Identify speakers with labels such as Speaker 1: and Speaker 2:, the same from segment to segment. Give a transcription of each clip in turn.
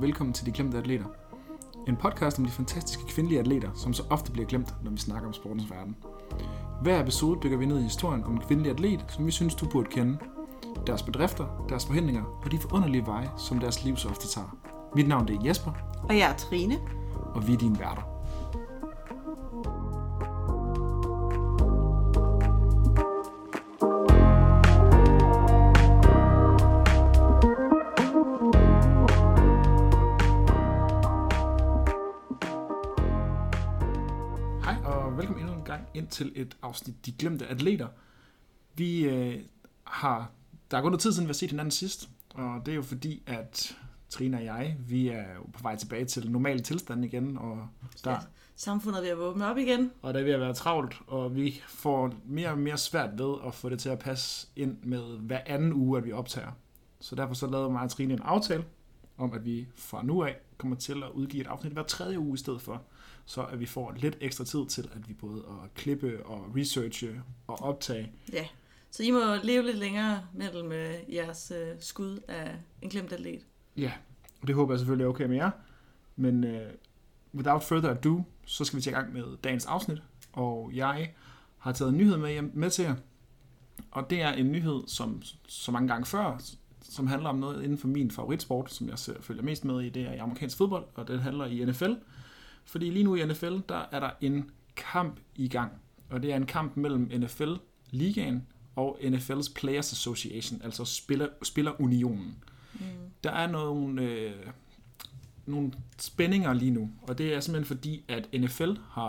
Speaker 1: velkommen til De Glemte Atleter. En podcast om de fantastiske kvindelige atleter, som så ofte bliver glemt, når vi snakker om sportens verden. Hver episode dykker vi ned i historien om en kvindelig atlet, som vi synes, du burde kende. Deres bedrifter, deres forhindringer og de forunderlige veje, som deres liv så ofte tager. Mit navn er Jesper.
Speaker 2: Og jeg er Trine.
Speaker 1: Og vi er dine værter. Ind til et afsnit De Glemte Atleter. Der er gået noget tid siden, vi har set hinanden sidst, og det er jo fordi, at Trine og jeg, vi er jo på vej tilbage til normal tilstand igen, og
Speaker 2: samfundet er ved at åbne op igen.
Speaker 1: Og det er ved at være travlt, og vi får mere og mere svært ved at få det til at passe ind med hver anden uge, at vi optager. Så derfor så lavede mig og Trine en aftale om, at vi fra nu af kommer til at udgive et afsnit hver tredje uge i stedet for, så at vi får lidt ekstra tid til, at vi både at klippe og researche og optage.
Speaker 2: Ja, så I må leve lidt længere mellem jeres skud af en glemt atlet.
Speaker 1: Ja, og det håber jeg selvfølgelig er okay med jer. Men without further ado, så skal vi til i gang med dagens afsnit. Og jeg har taget en nyhed med til jer. Og det er en nyhed, som så mange gange før, som handler om noget inden for min favoritsport, som jeg følger mest med i, det er i amerikansk fodbold, og den handler i NFL. Fordi lige nu i NFL, der er der en kamp i gang. Og det er en kamp mellem NFL-ligaen og NFL's Players Association, altså spillerunionen. Der er nogle spændinger lige nu, og det er simpelthen fordi, at NFL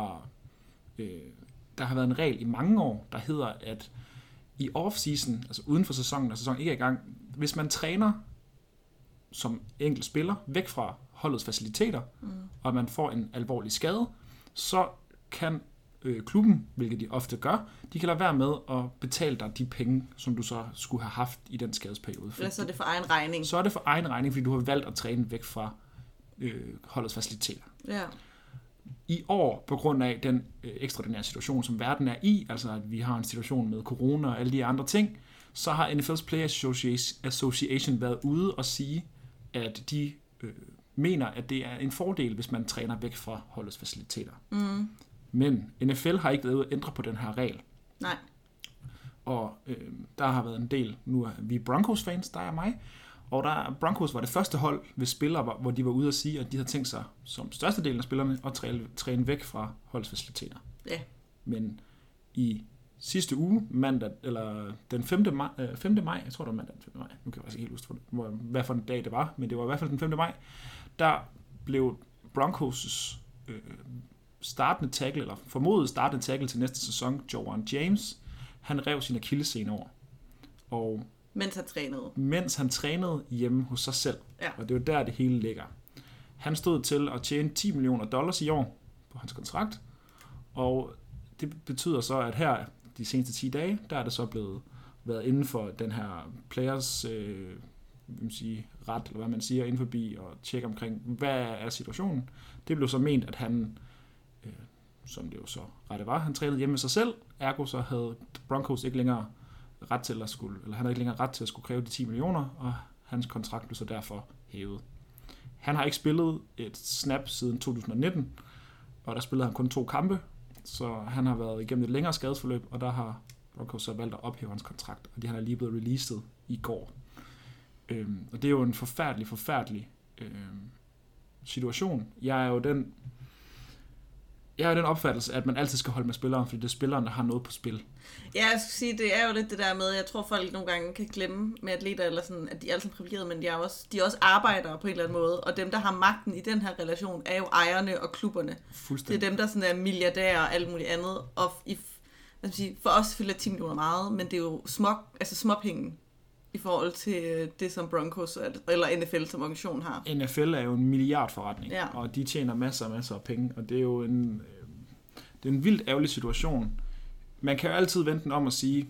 Speaker 1: der har været en regel i mange år, der hedder, at i off-season, altså uden for sæsonen, når sæsonen ikke er i gang, hvis man træner som enkelt spiller væk fra holdets faciliteter, og man får en alvorlig skade, så kan klubben, hvilket de ofte gør, de kan lade være med at betale dig de penge, som du så skulle have haft i den skadesperiode.
Speaker 2: Eller så er det for egen regning.
Speaker 1: Så er det for egen regning, fordi du har valgt at træne væk fra holdets faciliteter.
Speaker 2: Ja. I
Speaker 1: år, på grund af den ekstraordinære situation, som verden er i, altså at vi har en situation med corona og alle de andre ting, så har NFL's Players Association været ude og sige, at de mener, at det er en fordel, hvis man træner væk fra holdets faciliteter. Men NFL har ikke været ændre på den her regel.
Speaker 2: Nej.
Speaker 1: Og der har været en del, nu er vi Broncos-fans, der er mig, og Broncos var det første hold ved spillere, hvor de var ude at sige, at de havde tænkt sig, som størstedelen af spillerne, at træne væk fra holdets faciliteter.
Speaker 2: Ja.
Speaker 1: Men i sidste uge, mandag, eller den 5. maj, jeg tror det var mandag den 5. maj, nu kan jeg faktisk ikke helt huske, hvad for en dag det var, men det var i hvert fald den 5. maj, der blev Broncos' startende tackle, eller formodet startende tackle til næste sæson, Ja'Wuan James, han rev sin akillessene over. Og mens han trænede hjemme hos sig selv. Ja. Og det var der, det hele ligger. Han stod til at tjene $10 million i år på hans kontrakt, og det betyder så, at her de seneste 10 dage, der er det så været inden for den her players ret, eller hvad man siger, inden forbi og tjekke omkring, hvad er situationen. Det blev så ment, at han, som det jo så rette var, han trænede hjemme med sig selv, ergo så havde Broncos ikke længere ret til at skulle, eller han havde ikke længere ret til at skulle kræve de 10 millioner, og hans kontrakt blev så derfor hævet. Han har ikke spillet et snap siden 2019, og der spillede han kun 2 kampe, så han har været igennem et længere skadesforløb, og der har Broncos så valgt at ophæve hans kontrakt, og han er lige blevet released i går. Og det er jo en forfærdelig situation. Jeg er jo den opfattelse, at man altid skal holde med spilleren, fordi det er spilleren, der har noget på spil.
Speaker 2: Ja, jeg skal sige, det er jo lidt det der med, jeg tror folk nogle gange kan glemme med atleter, eller sådan, at de er altid privilegerede, men de er også arbejdere på en eller anden måde, og dem, der har magten i den her relation, er jo ejerne og klubberne.
Speaker 1: Fuldstændig.
Speaker 2: Det er dem, der sådan er milliardærer og alt muligt andet, og for os selvfølgelig 10 millioner meget, men det er jo småpenge i forhold til det, som Broncos eller NFL som organisation har.
Speaker 1: NFL er jo en milliardforretning,
Speaker 2: ja.
Speaker 1: Og de tjener masser af penge, og det er jo en vildt ærgerlig situation. Man kan jo altid vente den om at sige,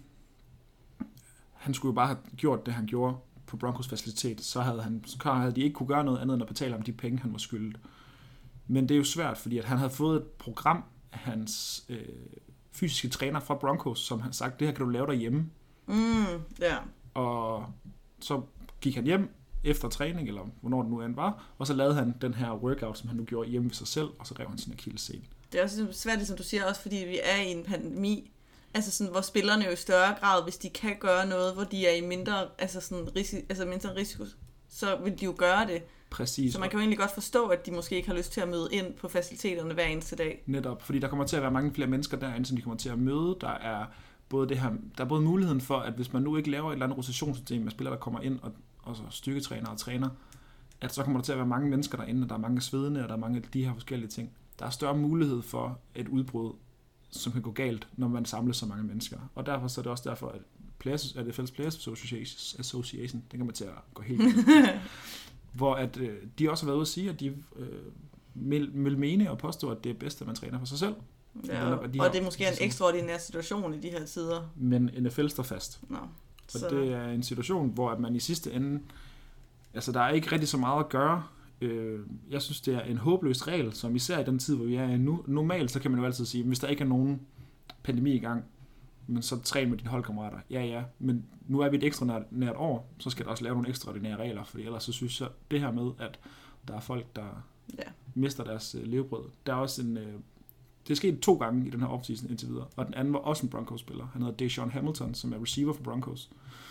Speaker 1: han skulle jo bare have gjort det, han gjorde på Broncos facilitet, så havde de ikke kunne gøre noget andet end at betale om de penge, han var skyldet. Men det er jo svært, fordi at han havde fået et program af hans fysiske træner fra Broncos, som har sagt, det her kan du lave derhjemme.
Speaker 2: Ja.
Speaker 1: Og så gik han hjem, efter træning, eller hvornår det nu end var, og så lavede han den her workout, som han nu gjorde hjemme ved sig selv, og så rev han sin akillessene.
Speaker 2: Det er også svært, som du siger, også fordi vi er i en pandemi, altså sådan, hvor spillerne jo i større grad, hvis de kan gøre noget, hvor de er i mindre, mindre risiko, så vil de jo gøre det.
Speaker 1: Præcis.
Speaker 2: Så man kan jo egentlig godt forstå, at de måske ikke har lyst til at møde ind på faciliteterne hver eneste dag.
Speaker 1: Netop, fordi der kommer til at være mange flere mennesker derinde, som de kommer til at møde. Der er både muligheden for, at hvis man nu ikke laver et eller andet rotationssystem med spillere, der kommer ind og så styrketræner og træner, at så kommer der til at være mange mennesker derinde, og der er mange svedende, og der er mange af de her forskellige ting. Der er større mulighed for et udbrud, som kan gå galt, når man samler så mange mennesker. Og derfor så er det også derfor, at NFL's Players Association, den kommer til at gå helt hvor at de også har været ude at sige, at de vil mene og påstå, at det er bedst, at man træner for sig selv.
Speaker 2: Ja, og det er måske en ekstraordinær situation i de her tider.
Speaker 1: Men NFL står fast.
Speaker 2: Nå,
Speaker 1: og det er en situation, hvor at man i sidste ende, altså der er ikke rigtig så meget at gøre. Jeg synes, det er en håbløs regel, som især i den tid, hvor vi er nu. Normalt, så kan man jo altid sige, hvis der ikke er nogen pandemi i gang, men så træn med dine holdkammerater. Ja, men nu er vi et ekstraordinært år, så skal der også lave nogle ekstraordinære regler, for ellers så synes jeg, det her med, at der er folk, der mister deres levebrød. Der er også det er sket 2 gange i den her offseason indtil videre, og den anden var også en Broncos-spiller. Han hedder Deshaun Hamilton, som er receiver for Broncos,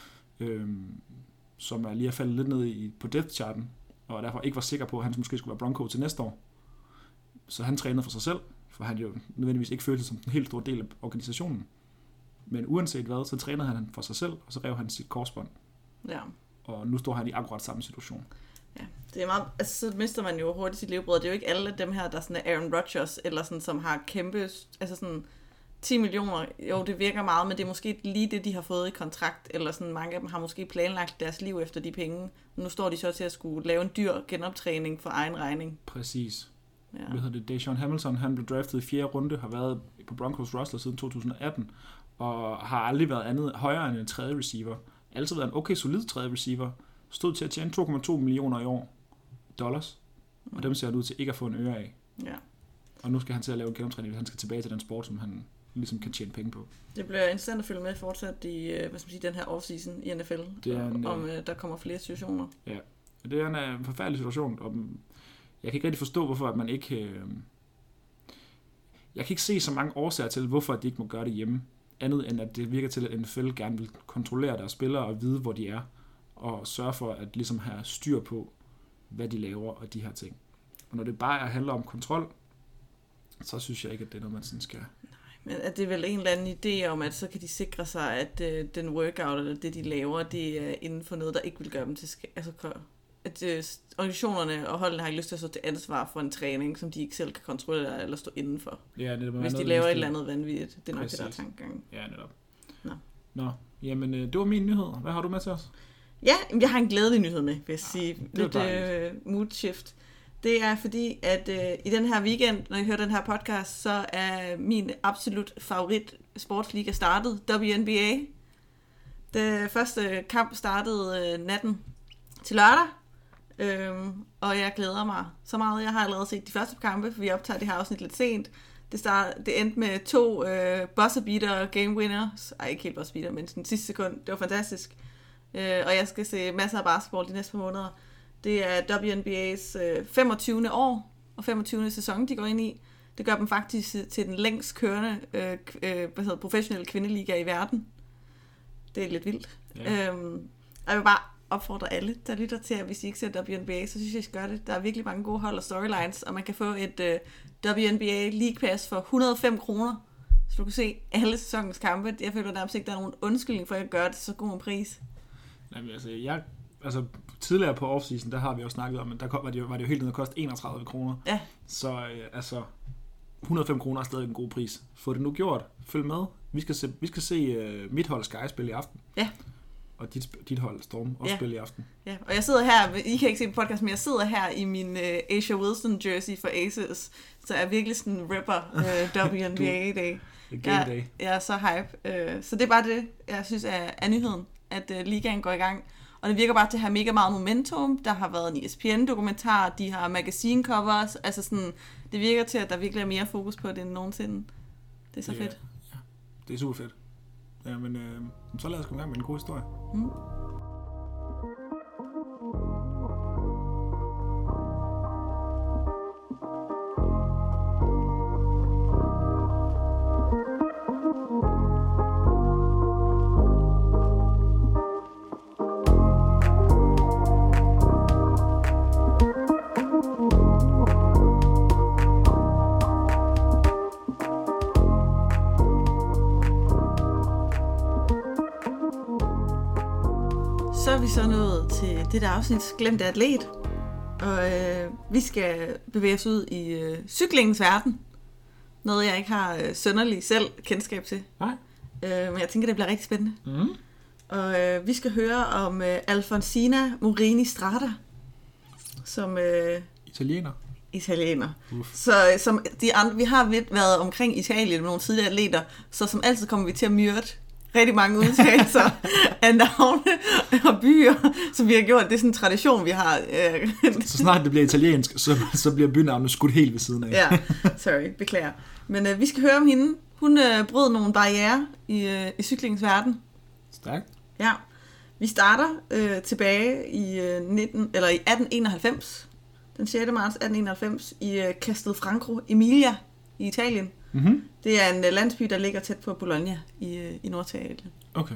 Speaker 1: som er lige faldet lidt ned på depth-charten, og derfor ikke var sikker på, at han måske skulle være Bronco til næste år. Så han trænede for sig selv, for han jo nødvendigvis ikke følte sig som en helt stor del af organisationen. Men uanset hvad, så trænede han for sig selv, og så rev han sit korsbånd.
Speaker 2: Ja.
Speaker 1: Og nu står han i akkurat samme situation.
Speaker 2: Ja, det er meget, altså så mister man jo hurtigt sit levebrød. Det er jo ikke alle dem her, der sådan er Aaron Rodgers, eller sådan, som har kæmpe, altså sådan 10 millioner. Jo, det virker meget, men det er måske lige det, de har fået i kontrakt, eller sådan mange af dem har måske planlagt deres liv efter de penge. Nu står de så til at skulle lave en dyr genoptræning for egen regning.
Speaker 1: Præcis. Ja. Hvad hedder det? Deshaun Hamilton, han blev draftet i 4. runde, har været på Broncos roster siden 2018, og har aldrig været højere end en 3. receiver. Altid været en okay solid 3. receiver. Stod til at tjene 2,2 millioner i år dollars, og dem ser han ud til ikke at få en øre af. Ja. Og nu skal han til at lave en genoptræning, hvis han skal tilbage til den sport, som han ligesom kan tjene penge på. Det
Speaker 2: bliver interessant at følge med fortsat i den her offseason i NFL, om der kommer flere situationer.
Speaker 1: Ja, det er en forfærdelig situation, og jeg kan ikke rigtig forstå, hvorfor at man ikke... Jeg kan ikke se så mange årsager til, hvorfor de ikke må gøre det hjemme, andet end at det virker til, at NFL gerne vil kontrollere deres spillere og vide, hvor de er, og sørge for at ligesom have styr på, hvad de laver og de her ting. Og når det bare handler om kontrol, så synes jeg ikke, at det er noget, man sådan skal...
Speaker 2: Men at det er vel en eller anden idé om, at så kan de sikre sig, at den workout eller det, de laver, det er inden for noget, der ikke vil gøre dem til... Altså, at organisationerne og holdene har ikke lyst til at stå til ansvar for en træning, som de ikke selv kan kontrollere eller stå indenfor.
Speaker 1: Ja, det
Speaker 2: hvis de laver et eller andet vanvittigt. Det er nok det, der er tankegangen.
Speaker 1: Ja, netop. Nå. Jamen, det var mine nyheder. Hvad har du med til os?
Speaker 2: Ja, jeg har en glædelig nyhed med, vil jeg sige. Lidt mood shift. Det er fordi, at i den her weekend, når I hører den her podcast, så er min absolut favorit sportsliga startet, WNBA. Det første kamp startede natten til lørdag, og jeg glæder mig så meget. Jeg har allerede set de første kampe, for vi optager det her afsnit lidt sent. Det endte med 2 buzzer beater game winners. Ej, ikke helt buzzer beater, men den sidste sekund. Det var fantastisk. Og jeg skal se masser af basketball de næste par måneder. Det er WNBA's 25. år og 25. sæson, de går ind i. Det gør dem faktisk til den længst kørende professionelle kvindeliga i verden. Det er lidt vildt. Yeah. Og jeg vil bare opfordre alle, der lytter til, at hvis I ikke ser WNBA, så synes jeg, I skal gøre det. Der er virkelig mange gode hold og storylines, og man kan få et WNBA League Pass for 105 kroner, så du kan se alle sæsonens kampe. Jeg føler nærmest ikke, der er nogen undskyldning for at gøre det så god en pris.
Speaker 1: Jamen, altså, tidligere på offseason, der har vi jo snakket om, at der var det jo helt ned og koste 31 kroner.
Speaker 2: Ja.
Speaker 1: Så 105 kroner er stadig en god pris. Få det nu gjort. Følg med. Vi skal se mit hold Sky spille i aften.
Speaker 2: Ja.
Speaker 1: Og dit hold Storm også spille i aften.
Speaker 2: Ja, og jeg sidder her, I kan ikke se på podcast, men jeg sidder her i min Asia Wilson jersey for Aces, så jeg er virkelig sådan en ripper WNBA i dag. Jeg er så hype. Så det er bare det, jeg synes er nyheden, at ligaen går i gang. Og det virker bare til at have mega meget momentum. Der har været en ESPN-dokumentar, de har magazine covers, altså sådan, det virker til, at der virkelig er mere fokus på det end nogensinde. Det er så fedt.
Speaker 1: Ja, det er super fedt. Ja, men så lad os komme i gang med en god historie.
Speaker 2: vi så nået til det der afsnit Glemte Atlet. Og vi skal bevæge os ud i cyklingens verden. Noget, jeg ikke har synderligt selv kendskab til.
Speaker 1: Nej.
Speaker 2: Men jeg tænker, det bliver rigtig spændende. Og vi skal høre om Alfonsina Morini Strada, som... Italiener. Så som de andre, vi har været omkring Italien med nogle tidligere atleter, så som altid kommer vi til at myrde rigtig mange udtalelser af navne og byer, som vi har gjort. Det er sådan en tradition, vi har.
Speaker 1: Så snart det bliver italiensk, så bliver bynavnet skudt helt ved siden af.
Speaker 2: Ja, sorry, beklager. Men vi skal høre om hende. Hun brød nogle barrierer i cyklingens verden.
Speaker 1: Stærkt.
Speaker 2: Ja. Vi starter tilbage i 1891. Den 6. marts 1891 i Castelfranco Emilia i Italien.
Speaker 1: Mm-hmm.
Speaker 2: Det er en landsby, der ligger tæt på Bologna i Norditalien.
Speaker 1: Okay.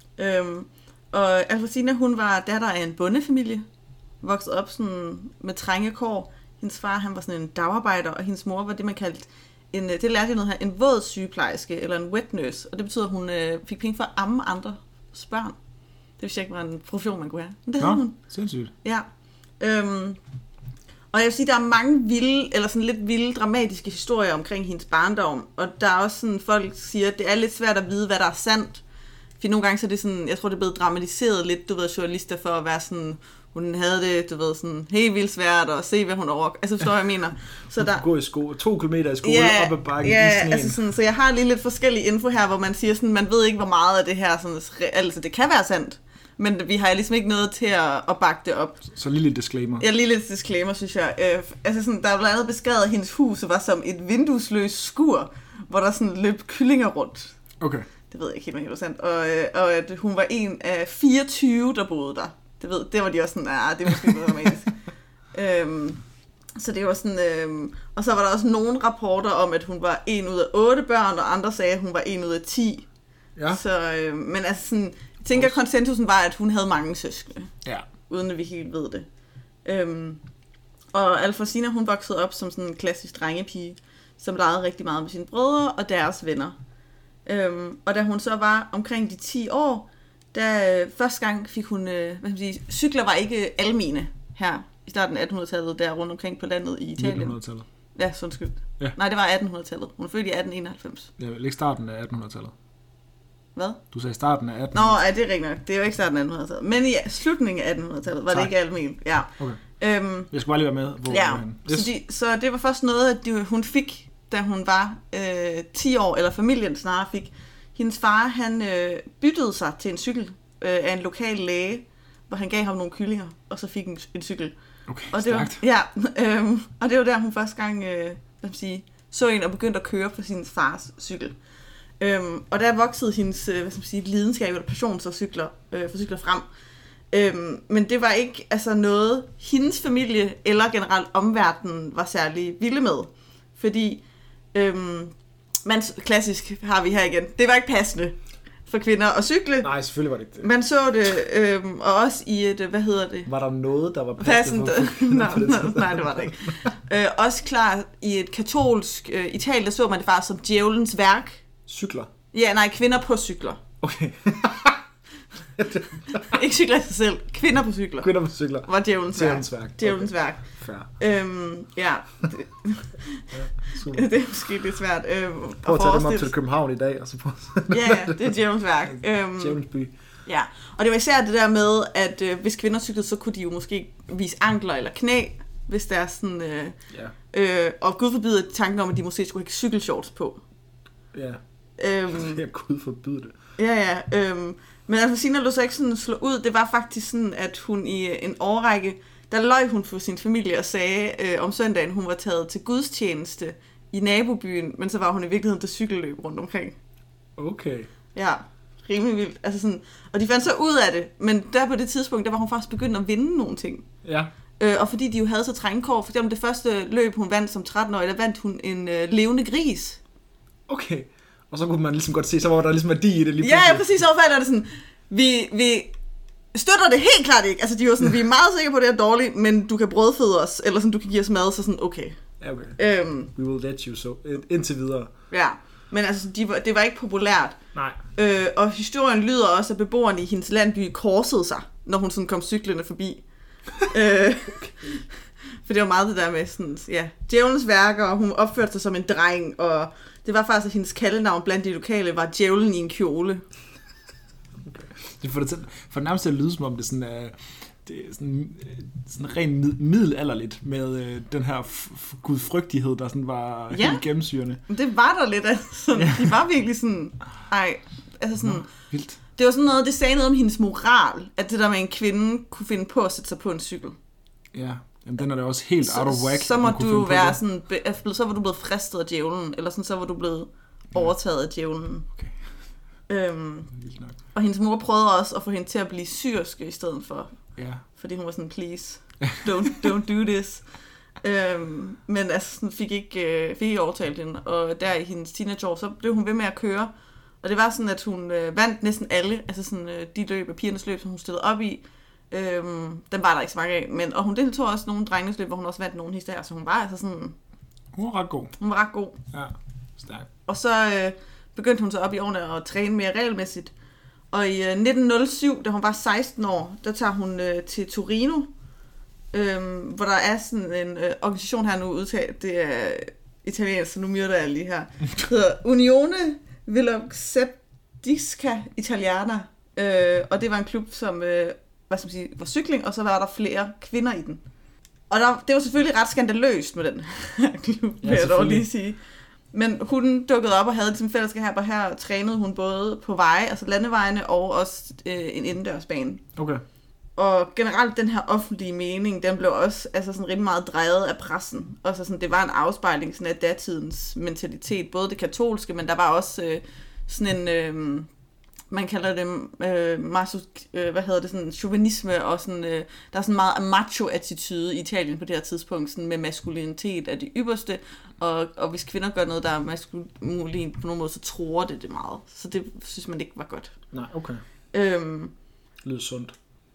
Speaker 2: Og Alfonsina, hun var datter af en bondefamilie, vokset op sådan med trængekår. Hendes far, han var sådan en dagarbejder, og hendes mor var det, man kaldte det lærte jeg noget her, en våd sygeplejerske, eller en wet nurse. Og det betyder, at hun fik penge for at amme andres børn. Det vidste jeg ikke var en profession, man kunne have. Men det havde hun.
Speaker 1: Sindssygt.
Speaker 2: Ja. Og jeg vil sige, der er mange vilde, eller sådan lidt vilde, dramatiske historier omkring hendes barndom. Og der er også sådan, folk siger, at det er lidt svært at vide, hvad der er sandt. For nogle gange så er det sådan, jeg tror, det er blevet dramatiseret lidt, du ved, journalister for at være sådan, hun havde det, du ved, sådan helt vildt svært at se, hvad hun over. Altså, forstår jeg mener. Så der
Speaker 1: gå i sko, 2 kilometer i skole, op ad bakken i sneen.
Speaker 2: Altså sådan, så jeg har lige lidt forskellige info her, hvor man siger sådan, man ved ikke, hvor meget af det her, sådan, altså det kan være sandt. Men vi har ligesom ikke noget til at bakke det op.
Speaker 1: Så lige lidt disclaimer.
Speaker 2: Ja, lige lidt disclaimer, synes jeg. Altså sådan, der er blandt andet beskrevet, at hendes hus var som et vinduesløst skur, hvor der sådan løb kyllinger rundt.
Speaker 1: Okay.
Speaker 2: Det ved jeg ikke helt, hvad det var sandt. Og at hun var en af 24, der boede der. Det var de også sådan, det er måske noget dramatisk. Så det var sådan... og så var der også nogle rapporter om, at hun var 1 ud af 8 børn, og andre sagde, at hun var 1 ud af 10.
Speaker 1: Ja.
Speaker 2: Så, men altså sådan... Jeg tænker, at konsensusen var, at hun havde mange søskende.
Speaker 1: Ja.
Speaker 2: Uden at vi helt ved det. Og Alfonsina, hun voksede op som sådan en klassisk drengepige, som legede rigtig meget med sine brødre og deres venner. Og da hun så var omkring de 10 år, da første gang fik hun, cykler var ikke almene her i starten af 1800-tallet, der rundt omkring på landet i Italien.
Speaker 1: 1900-tallet.
Speaker 2: Ja, så undskyld.
Speaker 1: Ja.
Speaker 2: Nej, det var 1800-tallet. Hun er født i 1891.
Speaker 1: Ja, ikke starten af 1800-tallet.
Speaker 2: Hvad?
Speaker 1: Du sagde starten af 1800-tallet.
Speaker 2: Nå, ja, det er rigtigt nok. Det er jo ikke starten af 1800-tallet. Men i slutningen af 1800-tallet var det ikke almen. Ja.
Speaker 1: Okay. Jeg skal bare lige være med. Hvor
Speaker 2: yes. Så det var først noget, at hun fik, da hun var 10 år, eller familien snarere fik. Hendes far, han byttede sig til en cykel af en lokal læge, hvor han gav ham nogle kyllinger, og så fik en cykel.
Speaker 1: Okay,
Speaker 2: og det var, og det var der, hun første gang så en og begyndte at køre på sin fars cykel. Og der voksede hendes lidenskab eller passion for cykler frem. Men det var ikke noget, hendes familie eller generelt omverdenen var særlig vilde med. Fordi, klassisk har vi her igen, det var ikke passende for kvinder at cykle.
Speaker 1: Nej, selvfølgelig var det ikke det.
Speaker 2: Man så det, og også i et,
Speaker 1: Var der noget, der var passende for kvinder?
Speaker 2: Nej, det var det ikke. Også klart, i et katolsk Italien, der så man det faktisk som djævelens værk.
Speaker 1: Cykler?
Speaker 2: Ja, nej, kvinder på cykler.
Speaker 1: Okay.
Speaker 2: Ikke cykler i sig selv. Kvinder på cykler.
Speaker 1: Kvinder på cykler.
Speaker 2: Var djævelens værk. Djævelens værk.
Speaker 1: Fair.
Speaker 2: Ja. Det er måske lidt svært
Speaker 1: prøv at tage dem op til København i dag, og så prøv
Speaker 2: ja, det er djævelens værk.
Speaker 1: Djævelens by.
Speaker 2: Ja, og det var især det der med, at hvis kvinder cyklede, så kunne de jo måske vise ankler eller knæ, hvis der er sådan... og gud forbyde tanken om, at de måske skulle have cykelshorts på.
Speaker 1: Ja. Jeg kunne forbyde det.
Speaker 2: Ja. Men Alfonsina lå så ikke sådan slå ud. Det var faktisk sådan, at hun i en årrække, der løj hun for sin familie og sagde om søndagen, hun var taget til gudstjeneste i nabobyen, men så var hun i virkeligheden til cykelløb rundt omkring.
Speaker 1: Okay.
Speaker 2: Ja, rimelig vildt. Altså sådan, og de fandt så ud af det, men der på det tidspunkt, der var hun faktisk begyndt at vinde nogle ting.
Speaker 1: Ja.
Speaker 2: Og fordi de jo havde så trængkår, for eksempel det første løb, hun vandt som 13-årig, der vandt hun en levende gris.
Speaker 1: Okay. Og så kunne man ligesom godt se, så var der ligesom værdi i det lige pludselig.
Speaker 2: Ja, præcis. Så er det sådan, vi støtter det helt klart ikke. Altså, de var sådan, vi er meget sikre på, at det er dårligt, men du kan brødføde os, eller sådan, du kan give os mad, så sådan, okay.
Speaker 1: Okay. We will let you, so indtil videre.
Speaker 2: Ja, men altså, det var ikke populært.
Speaker 1: Nej.
Speaker 2: Og historien lyder også, at beboerne i hendes landby korsede sig, når hun sådan kom cyklende forbi. For det var meget det der med sådan, ja, djævelens værker, og hun opførte sig som en dreng, og det var faktisk, at hendes kaldenavn blandt de lokale var djævlen i en kjole.
Speaker 1: Okay. Det får nærmest til at lyde, som om det sådan er... Det er sådan rent middelalderligt med den her gudfrygtighed, der sådan var helt gennemsyrende.
Speaker 2: Det var der lidt af. De var virkelig sådan... altså sådan...
Speaker 1: Vildt.
Speaker 2: Det var sådan noget, det sagde noget om hendes moral, at det der med en kvinde kunne finde på at sætte sig på en cykel.
Speaker 1: Ja, jamen, den er da også helt out of whack.
Speaker 2: Så må du være sådan... Så var du blevet fristet af djævlen, eller sådan, så var du blevet overtaget af djævlen. Okay. Og hendes mor prøvede også at få hende til at blive syrske i stedet for.
Speaker 1: Ja.
Speaker 2: Fordi hun var sådan, please, don't do this. Men altså, sådan fik ikke overtalt hende. Og der i hendes teenageår, så blev hun ved med at køre. Og det var sådan, at hun vandt næsten alle, altså sådan de løb, pigernes løb, som hun stillede op i. Den var der ikke så mange af. Og hun deltog også nogle drengenes løb, hvor hun også vandt nogle historier. Så hun var altså sådan...
Speaker 1: Hun var ret god.
Speaker 2: Hun var ret god.
Speaker 1: Ja, stærk.
Speaker 2: Og så begyndte hun så op i årene at træne mere regelmæssigt. Og i 1907, da hun var 16 år, der tager hun til Torino, hvor der er sådan en organisation her nu udtalt, det er italiensk, så nu myrder jeg lige her, det hedder Unione Velocipedistica Italiana, og det var en klub, som var cykling, og så var der flere kvinder i den. Og det var selvfølgelig ret skandaløst med den her klub, vil jeg dog lige sige. Men hun dukkede op og havde ligesom fællesskab her, og her trænede hun både på veje, altså landevejene, og også en indendørsbane.
Speaker 1: Okay.
Speaker 2: Og generelt den her offentlige mening, den blev også altså sådan rimelig meget drevet af pressen. Og så sådan, det var en afspejling sådan af datidens mentalitet, både det katolske, men der var også sådan en... man kalder det sådan chauvinisme, og sådan, der er sådan meget macho-attitude i Italien på det her tidspunkt, sådan med maskulinitet af det ypperste, og hvis kvinder gør noget, der er maskulint på nogen måde, så tror det meget. Så det synes man ikke var godt.
Speaker 1: Nej, okay. Lyder sundt.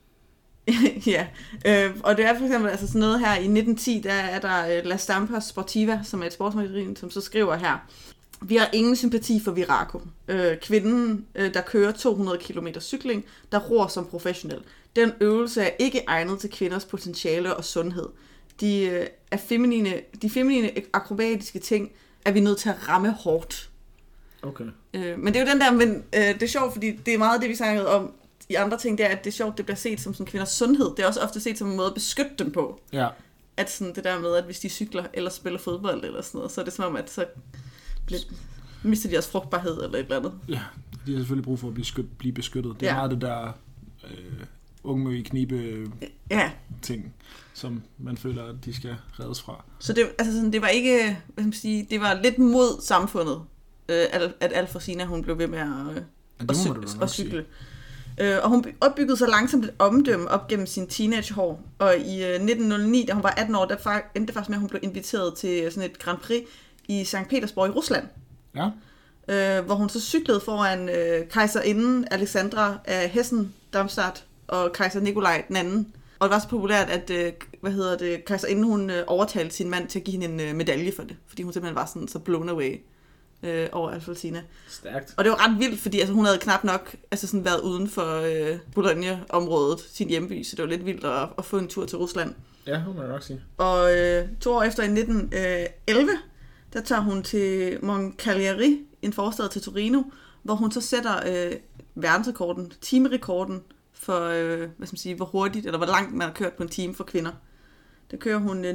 Speaker 2: Ja, og det er for eksempel altså sådan noget her i 1910, der er der La Stampa Sportiva, som er et sportsmagasin, som så skriver her: vi har ingen sympati for Viraco. Kvinden, der kører 200 km cykling, der ror som professionel. Den øvelse er ikke egnet til kvinders potentiale og sundhed. De feminine akrobatiske ting er vi nødt til at ramme hårdt.
Speaker 1: Okay.
Speaker 2: Men det er jo den der, men det er sjovt, fordi det er meget det, vi snakkede om i andre ting, det er, at det er sjovt, det bliver set som sådan kvinders sundhed. Det er også ofte set som en måde at beskytte dem på.
Speaker 1: Ja.
Speaker 2: At sådan det der med, at hvis de cykler eller spiller fodbold eller sådan noget, så er det som om, at så mister de også frugtbarhed eller et eller andet. Ja,
Speaker 1: de har selvfølgelig brug for at blive beskyttet. Det er meget det der unge i knibe ting, som man føler, at de skal reddes fra. Så
Speaker 2: det, altså sådan, det var ikke, hvad skal man sige, det var lidt mod samfundet, at Alfonsina, hun blev ved med at cykle. Og hun opbyggede så langsomt et omdømme op gennem sin teenageår. Og i 1909, da hun var 18 år, der endte faktisk med, at hun blev inviteret til sådan et Grand Prix i Sankt Petersborg i Rusland.
Speaker 1: Ja.
Speaker 2: Hvor hun så cyklede foran kejserinden Alexandra af Hessen-Darmstadt og kejser Nikolaj den anden. Og det var så populært, at kejserinden hun overtalte sin mand til at give hende en medalje for det, fordi hun simpelthen var sådan så blown away over Alfonsina.
Speaker 1: Stærkt.
Speaker 2: Og det var ret vildt, fordi altså, hun havde knap nok altså, sådan, været uden for Bologna-området, sin hjemby, så det var lidt vildt at få en tur til Rusland.
Speaker 1: Ja, det må jeg nok sige.
Speaker 2: Og 2 år efter i 1911, der tager hun til Moncagliari, en forstad til Torino, hvor hun så sætter verdensrekorden, timerekorden for, hvad skal man sige, hvor hurtigt, eller hvor langt man har kørt på en time for kvinder. Der kører hun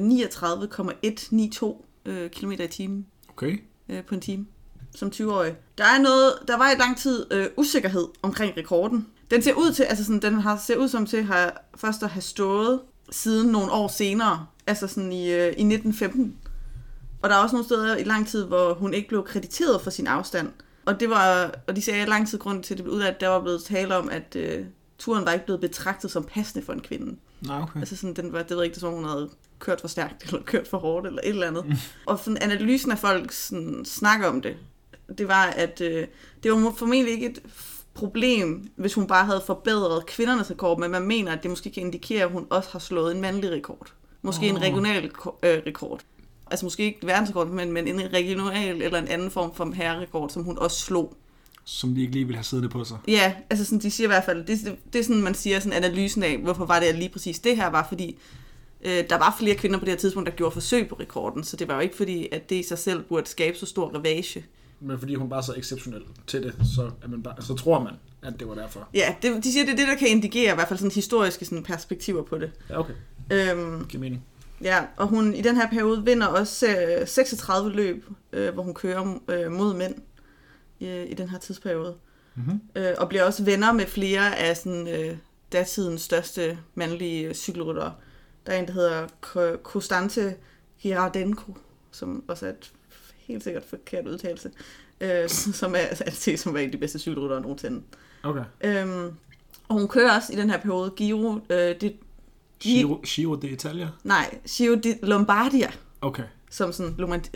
Speaker 2: 39,192 km i timen.
Speaker 1: Okay.
Speaker 2: På en time, som 20-årig. Der var i lang tid usikkerhed omkring rekorden. Den ser ud til, altså sådan, ser ud som til først at have stået siden nogle år senere, altså sådan i 1915. Og der er også nogle steder i lang tid, hvor hun ikke blev krediteret for sin afstand. Og de sagde i lang tid grund til, at det blev udladt, der var blevet tale om, at turen var ikke blevet betragtet som passende for en kvinde.
Speaker 1: Nej, okay.
Speaker 2: Altså sådan, det ved ikke, det som hun havde kørt for stærkt, eller kørt for hårdt, eller et eller andet. Og sådan analysen af folk snakker om det var, at det var formentlig ikke et problem, hvis hun bare havde forbedret kvindernes rekord, men man mener, at det måske kan indikere, at hun også har slået en mandlig rekord. Måske en regional rekord. Altså måske ikke verdensrekord, men en regional eller en anden form for herrerekord, som hun også slog.
Speaker 1: som de ikke lige ville have siddende på sig.
Speaker 2: Ja, altså sådan, de siger i hvert fald, det er sådan, man siger sådan analysen af, hvorfor var det, at lige præcis det her var, fordi der var flere kvinder på det her tidspunkt, der gjorde forsøg på rekorden, så det var jo ikke fordi, at det i sig selv burde skabe så stor ravage.
Speaker 1: Men fordi hun var så exceptionel til det, så tror man, at det var derfor.
Speaker 2: Ja, de siger, det er det, der kan indikere i hvert fald sådan historiske sådan, perspektiver på det.
Speaker 1: Ja, okay. Giver mening.
Speaker 2: Ja, og hun i den her periode vinder også 36 løb, hvor hun kører mod mænd i den her tidsperiode. Mm-hmm. Og bliver også venner med flere af sådan, datidens største mandlige cykelryttere. Der er en, der hedder Constante Girardenko, som også er et helt sikkert forkert udtalelse, som er anset som en af de bedste cykelryttere nogensinde.
Speaker 1: Okay.
Speaker 2: Og hun kører også i den her periode Giro
Speaker 1: d'Italia?
Speaker 2: Nej, Giro di Lombardia.
Speaker 1: Okay.
Speaker 2: Som sådan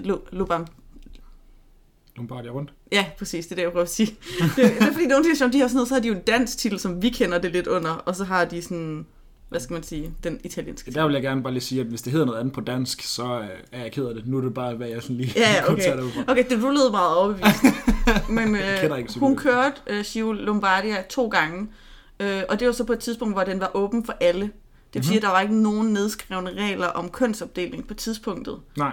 Speaker 1: Lombardia rundt?
Speaker 2: Ja, præcis, det er det, jeg prøver at sige. Det er fordi, nogle af de har sådan noget, så har de jo en dansk titel, som vi kender det lidt under, og så har de sådan, hvad skal man sige, den italienske titel.
Speaker 1: Der vil jeg gerne bare lige sige, at hvis det hedder noget andet på dansk, så er jeg ked af det. Nu er det bare, hvad jeg sådan lige
Speaker 2: kunne tage det ud fra. Okay, det lød meget overbevist. Men hun kørte Giro Lombardia 2 gange, og det var så på et tidspunkt, hvor den var åben for alle. Det vil sige, at der var ikke nogen nedskrevne regler om kønsopdeling på tidspunktet.
Speaker 1: Nej.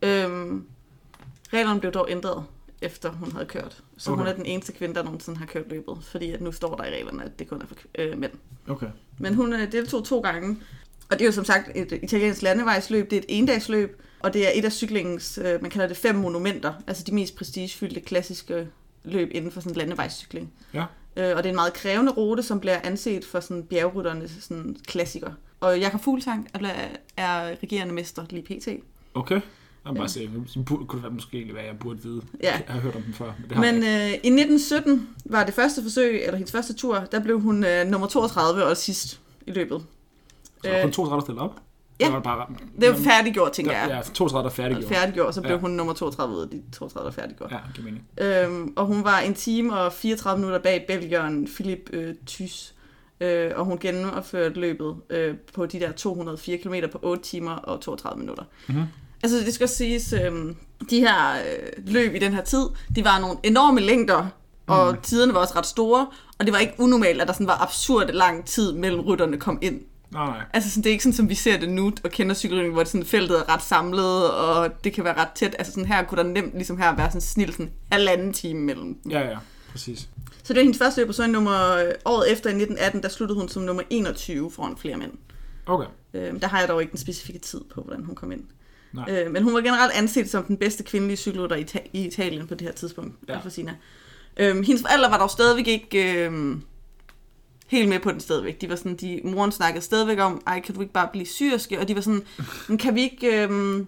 Speaker 2: Reglerne blev dog ændret, efter hun havde kørt. Så hun er den eneste kvinde, der nogensinde har kørt løbet. Fordi at nu står der i reglerne, at det kun er for mænd.
Speaker 1: Okay.
Speaker 2: Men hun deltog 2 gange. Og det er jo som sagt et italiensk landevejsløb. Det er et endagsløb. Og det er et af cyklingens, man kalder det 5 monumenter. Altså de mest prestigefyldte klassiske løb inden for sådan landevejscykling.
Speaker 1: Ja.
Speaker 2: Og det er en meget krævende rute, som bliver anset for sådan bjergrytternes sådan klassiker. Og Jakob Fuglsang er regerende mester lige pt.
Speaker 1: Okay. Jeg bare se, kunne det måske egentlig være, jeg burde vide.
Speaker 2: Ja.
Speaker 1: Jeg har hørt om den før.
Speaker 2: Men i 1917 var det første forsøg, eller hendes første tur, der blev hun nummer 32 og sidst i løbet.
Speaker 1: Så var kun 32 stillet op?
Speaker 2: Ja, det var færdiggjort, tænker jeg.
Speaker 1: Ja, 32
Speaker 2: færdiggjort, så blev hun nummer 32 ud af de 32, der færdiggjort.
Speaker 1: Ja, det giver mening.
Speaker 2: Og hun var 1 time og 34 minutter bag belgieren Philippe Thys. Og hun gennemførte løbet på de der 204 km på 8 timer og 32 minutter. Mm-hmm. Altså det skal siges, de her løb i den her tid, de var nogle enorme længder, og tiderne var også ret store, og det var ikke unormalt, at der sådan var absurd lang tid mellem rytterne kom ind.
Speaker 1: Nej.
Speaker 2: Altså sådan, det er ikke sådan, som vi ser det nu, og kender cykelrytning, hvor det sådan, feltet er ret samlet, og det kan være ret tæt. Altså sådan her kunne der nemt ligesom her være sådan snilt sådan 1,5 time mellem.
Speaker 1: Ja, præcis.
Speaker 2: Så det var hendes første løb, og så året efter i 1918, der sluttede hun som nummer 21 foran flere mænd.
Speaker 1: Okay.
Speaker 2: Der har jeg dog ikke den specifikke tid på, hvordan hun kom ind. Men hun var generelt anset som den bedste kvindelige cykelrytter i Italien på det her tidspunkt. Ja. Alfonsina. Hendes forældre var dog stadigvæk ikke helt med på den stadigvæk. De var sådan, moren snakkede stadigvæk om, ej, kan du ikke bare blive syerske? Og de var sådan, kan vi ikke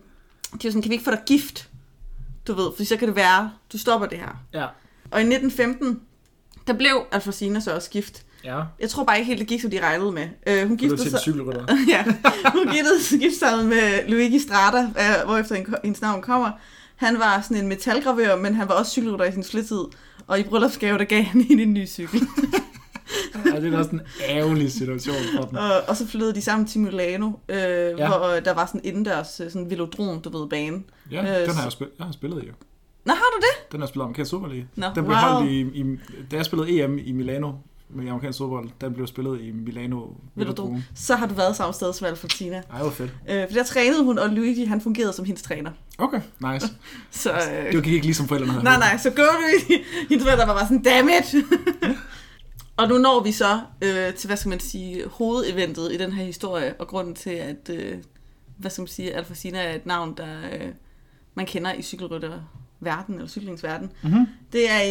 Speaker 2: få dig gift? Du ved, for så kan det være, du stopper det her.
Speaker 1: Ja.
Speaker 2: Og i 1915, der blev Alfonsina så også gift.
Speaker 1: Ja.
Speaker 2: Jeg tror bare ikke helt, det gik, som de regnede med. Hun giftede sig.
Speaker 1: Ja.
Speaker 2: Hun giftede sig med Luigi Strada, hvorefter hendes navn kommer. Han var sådan en metalgravør, men han var også cykelrytter i sin fritid. Og i bryllupsgave, der gav han en ny cykel.
Speaker 1: Ja, det er også en ærgerlig situation for dem.
Speaker 2: Og så flyttede de sammen til Milano, hvor der var sådan indendørs sådan velodrom, du ved, bane.
Speaker 1: Ja, den har jeg har spillet i.
Speaker 2: Nå, har du det?
Speaker 1: Den har jeg spillet amerikansk Superliga.
Speaker 2: Den
Speaker 1: blev holdt da jeg spillede EM i Milano med amerikansk fodbold, den blev spillet i Milano velodrom.
Speaker 2: Så har du været samme sted som Alfonsina.
Speaker 1: Ej, det var fedt.
Speaker 2: For der trænede hun, og Luigi, han fungerede som hendes træner.
Speaker 1: Okay, nice.
Speaker 2: Så,
Speaker 1: det gik ikke ligesom forældrene havde.
Speaker 2: Nej, så går du i. Hendes forældre var bare sådan, dammit! Og nu når vi så til, hvad skal man sige, hovedeventet i den her historie, og grunden til, at, hvad skal man sige, Alfonsina er et navn, der man kender i cykelrytterverden, eller cyklingsverden. Mm-hmm. Det er i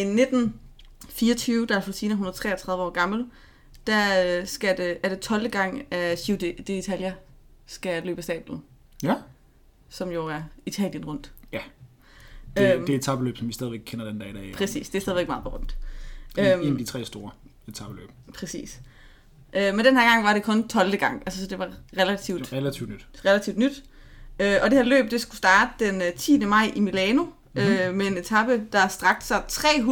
Speaker 2: 1924, da Alfonsina, hun er 33 år gammel, der er det 12. gang, at Giro d'Italia skal løbe stablen.
Speaker 1: Ja.
Speaker 2: Som jo er Italien rundt.
Speaker 1: Ja. Det er et etapeløb, som vi stadigvæk kender den dag i dag.
Speaker 2: Præcis, det er stadigvæk meget berømt.
Speaker 1: En af de 3 store etapeløb.
Speaker 2: Præcis. Men den her gang var det kun 12. gang, altså så det var relativt nyt. Og det her løb, det skulle starte den 10. maj i Milano, med en etape, der strakte sig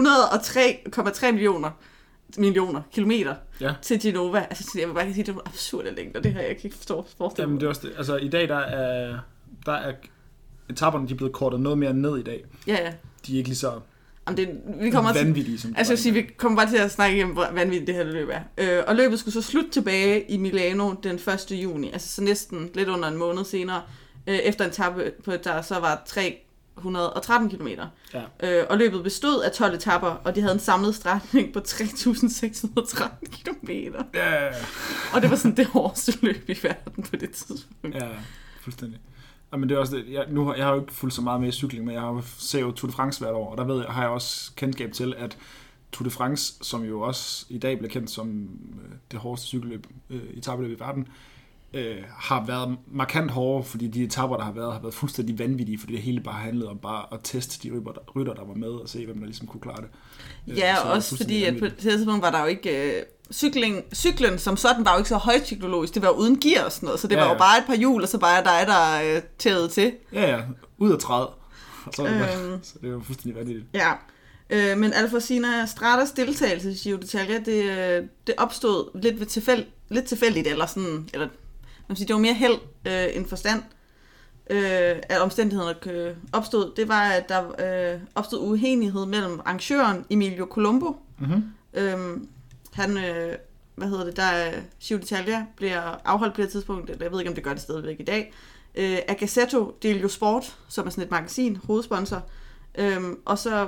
Speaker 2: 303,3 millioner kilometer til Genova. Altså jeg vil bare sige, det var absurde længder, det her, jeg kan ikke forestille.
Speaker 1: Jamen det er også det. Altså i dag, der er etaperne, de er blevet kortet noget mere ned i dag.
Speaker 2: Ja.
Speaker 1: De er ikke lige så
Speaker 2: Vi kommer
Speaker 1: vanvittigt, som
Speaker 2: altså, vi kommer bare til at snakke om, hvor vanvittigt det her løb er. Og løbet skulle så slutte tilbage i Milano den 1. juni, altså så næsten lidt under en måned senere, efter en etape, der så var 313 kilometer. Ja. Og løbet bestod af 12 etapper, og de havde en samlet strækning på 3.613 kilometer. Ja. Og det var sådan det hårdeste løb i verden på det tidspunkt.
Speaker 1: Ja, fuldstændig. Ja, men det er også det. Jeg har jo ikke fulgt så meget med i cykling, men jeg har ser jo Tour de France hvert år, og der har jeg også kendskab til, at Tour de France, som jo også i dag bliver kendt som det hårdeste cykelløb, etapeløb i verden, har været markant hårde, fordi de etapper, der har været fuldstændig vanvittige, fordi det hele bare handlede om bare at teste de rytter, der var med, og se, hvem der ligesom kunne klare det.
Speaker 2: Ja, også fordi at på det tidspunkt var der jo ikke... Cyklen som sådan var jo ikke så højteknologisk, det var uden gear og sådan noget, så det var jo bare et par hjul, og så bare dig, der tævede til.
Speaker 1: Ja, ud af træet. Så det var fuldstændig vanvittigt.
Speaker 2: Ja, men Alfonsina Stratas deltagelse i Giro d'Italia, det opstod lidt tilfældigt, eller sådan, eller man siger, det var mere held end forstand, at omstændighederne opstod. Det var, at der opstod uenighed mellem arrangøren Emilio Colombo. Mm-hmm. Han, der Giro d'Italia bliver afholdt på det tidspunkt, eller jeg ved ikke, om det gør det stadigvæk i dag, af Gazzetta dello Sport, som er sådan et magasin, hovedsponsor, og så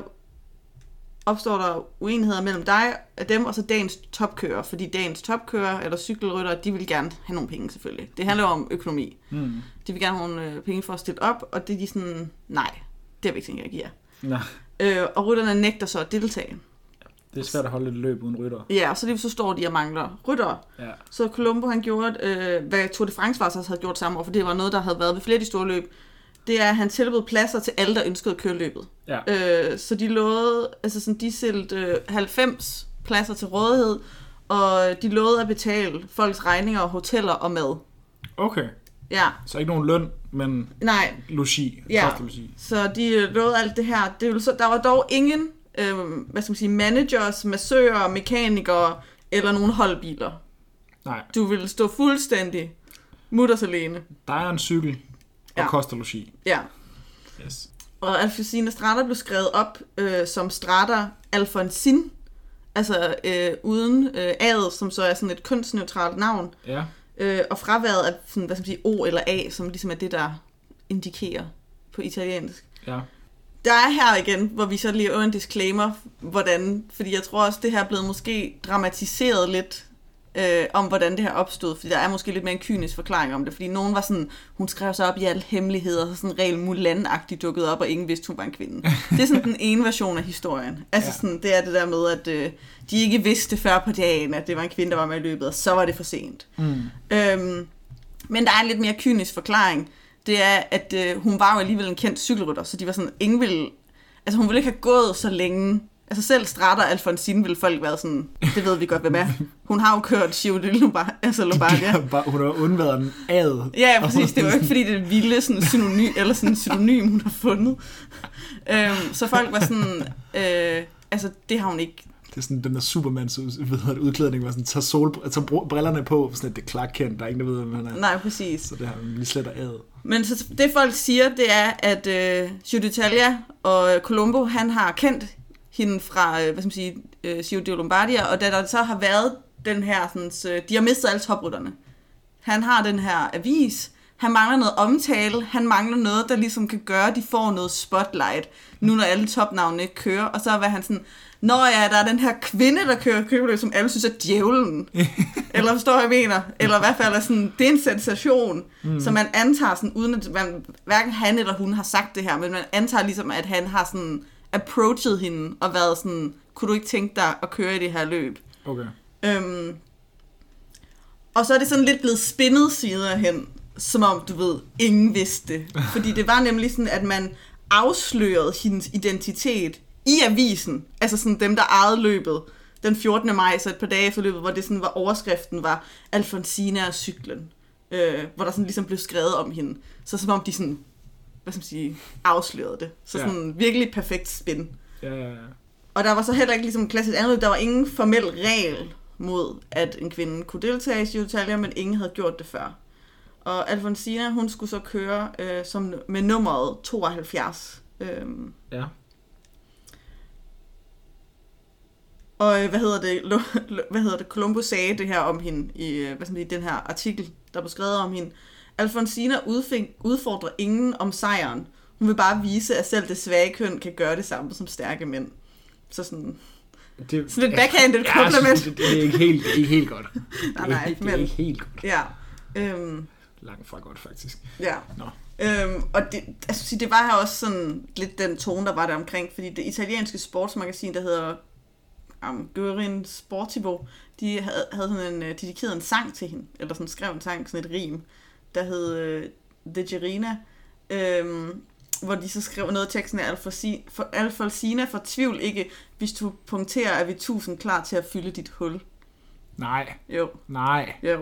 Speaker 2: opstår der uenigheder mellem dem og så dagens topkører, fordi dagens topkører eller cykelrytter, de vil gerne have nogle penge selvfølgelig. Det handler om økonomi. Mm. De vil gerne have nogle penge for at stille op, og det er de sådan, nej, det har vi ikke tænkt, jeg giver. Og rytterne nægter så at deltage.
Speaker 1: Det er svært at holde et løb uden rytter.
Speaker 2: Ja, så står de og mangler ryttere. Ja. Så Colombo, han gjorde, hvad Tour de France havde gjort samme år, for det var noget, der havde været ved flere af de store løb, det er, at han tilbød pladser til alle, der ønskede at køre løbet. Ja. Så de lovede, altså sådan, de stillede 90 pladser til rådighed, og de lovede at betale folks regninger og hoteller og mad.
Speaker 1: Okay.
Speaker 2: Ja.
Speaker 1: Så ikke nogen løn, men logi.
Speaker 2: Ja, så de lovede alt det her. Der var dog ingen managers, massører, mekanikere eller nogen holdbiler. Nej. Du ville stå fuldstændig mutters alene.
Speaker 1: Der er en cykel og koster logi.
Speaker 2: Ja. Yes. Og Alfonsina Strada blev skrevet op som Strada Alfonsin, altså uden A'et, som så er sådan et kønsneutralt navn. Ja. Og fraværet af sådan, O eller A, som ligesom er det, der indikerer på italiensk. Ja. Der er her igen, hvor vi så lige laver en disclaimer, fordi jeg tror også, det her er blevet måske dramatiseret lidt, om hvordan det her opstod, fordi der er måske lidt mere en kynisk forklaring om det, fordi nogen var sådan, hun skrev sig op i alle hemmeligheder, så sådan regel Mulan-agtigt dukkede op, og ingen vidste, hun var en kvinde. Det er sådan den ene version af historien. Altså sådan, det er det der med, at de ikke vidste før på dagen, at det var en kvinde, der var med i løbet, og så var det for sent. Mm. Men der er en lidt mere kynisk forklaring. Det er, at hun var jo alligevel en kendt cykelrytter, så de var sådan, hun ville ikke have gået så længe. Altså selv Strada Alfonsin ville folk være sådan, det ved vi godt, hvem er. Hun har jo kørt Giro di Lombardia.
Speaker 1: Hun har undværet en ad.
Speaker 2: Ja, præcis. Det var ikke, fordi det er et vilde sådan synonym, hun har fundet. Så folk var sådan, det har hun ikke.
Speaker 1: Det er sådan, den der Supermans udklædning, var sådan, tager brillerne på, sådan at det er Clark-kendt, der er ingen, der ved, hvem han er.
Speaker 2: Nej, præcis.
Speaker 1: Så det har man lige slet ad.
Speaker 2: Men så det folk siger, det er, at Giro d'Italia og Colombo, han har kendt hende fra, Giro di Lombardia, og da der så har været den her, sådan, de har mistet alle toprytterne. Han har den her avis, han mangler noget omtale, han mangler noget, der ligesom kan gøre, at de får noget spotlight, nu når alle topnavnene ikke kører, og så var han sådan, nå ja, der er den her kvinde, der kører købeløb, som alle synes er djævlen. Eller forstår jeg mener? Eller i hvert fald er sådan, det er en sensation, som man antager sådan, uden at hverken han eller hun har sagt det her, men man antager ligesom, at han har sådan approachet hende og været sådan, kunne du ikke tænke dig at køre i det her løb? Okay. Og så er det sådan lidt blevet spindet sider hen, som om, du ved, ingen vidste det. Fordi det var nemlig sådan, at man afslørede hendes identitet i avisen, altså sådan dem, der ejede løbet, den 14. maj, så et par dage efter løbet, hvor det sådan var, overskriften var Alfonsina og cyklen, hvor der sådan ligesom blev skrevet om hende. Så som om de sådan, afslørede det. Så sådan virkelig perfekt spin. Ja. Og der var så heller ikke ligesom klassisk andet, der var ingen formel regel mod, at en kvinde kunne deltage i Giro d'Italia, men ingen havde gjort det før. Og Alfonsina, hun skulle så køre med nummeret 72. Ja. Og hvad hedder det? Columbo sagde det her om hende i den her artikel, der blev skrevet om hende. Alfonsina udfordrer ingen om sejren. Hun vil bare vise, at selv det svage køn kan gøre det samme som stærke mænd. Så sådan lidt backhanded compliment.
Speaker 1: Det er ikke helt godt.
Speaker 2: Nej,
Speaker 1: det er ikke helt godt.
Speaker 2: Ja.
Speaker 1: Langt fra godt, faktisk.
Speaker 2: Ja. Nå. Og det var her også sådan lidt den tone, der var der omkring, fordi det italienske sportsmagasin, der hedder Guerin Sportivo, de havde sådan dedikeret en sang til hende, eller sådan skrev en sang, sådan et rim, der hed De Gerina, hvor de så skrev noget af teksten af Alfonsina, for tvivl ikke, hvis du punkterer, er vi 1000 klar til at fylde dit hul.
Speaker 1: Nej.
Speaker 2: Jo.
Speaker 1: Nej.
Speaker 2: Jo.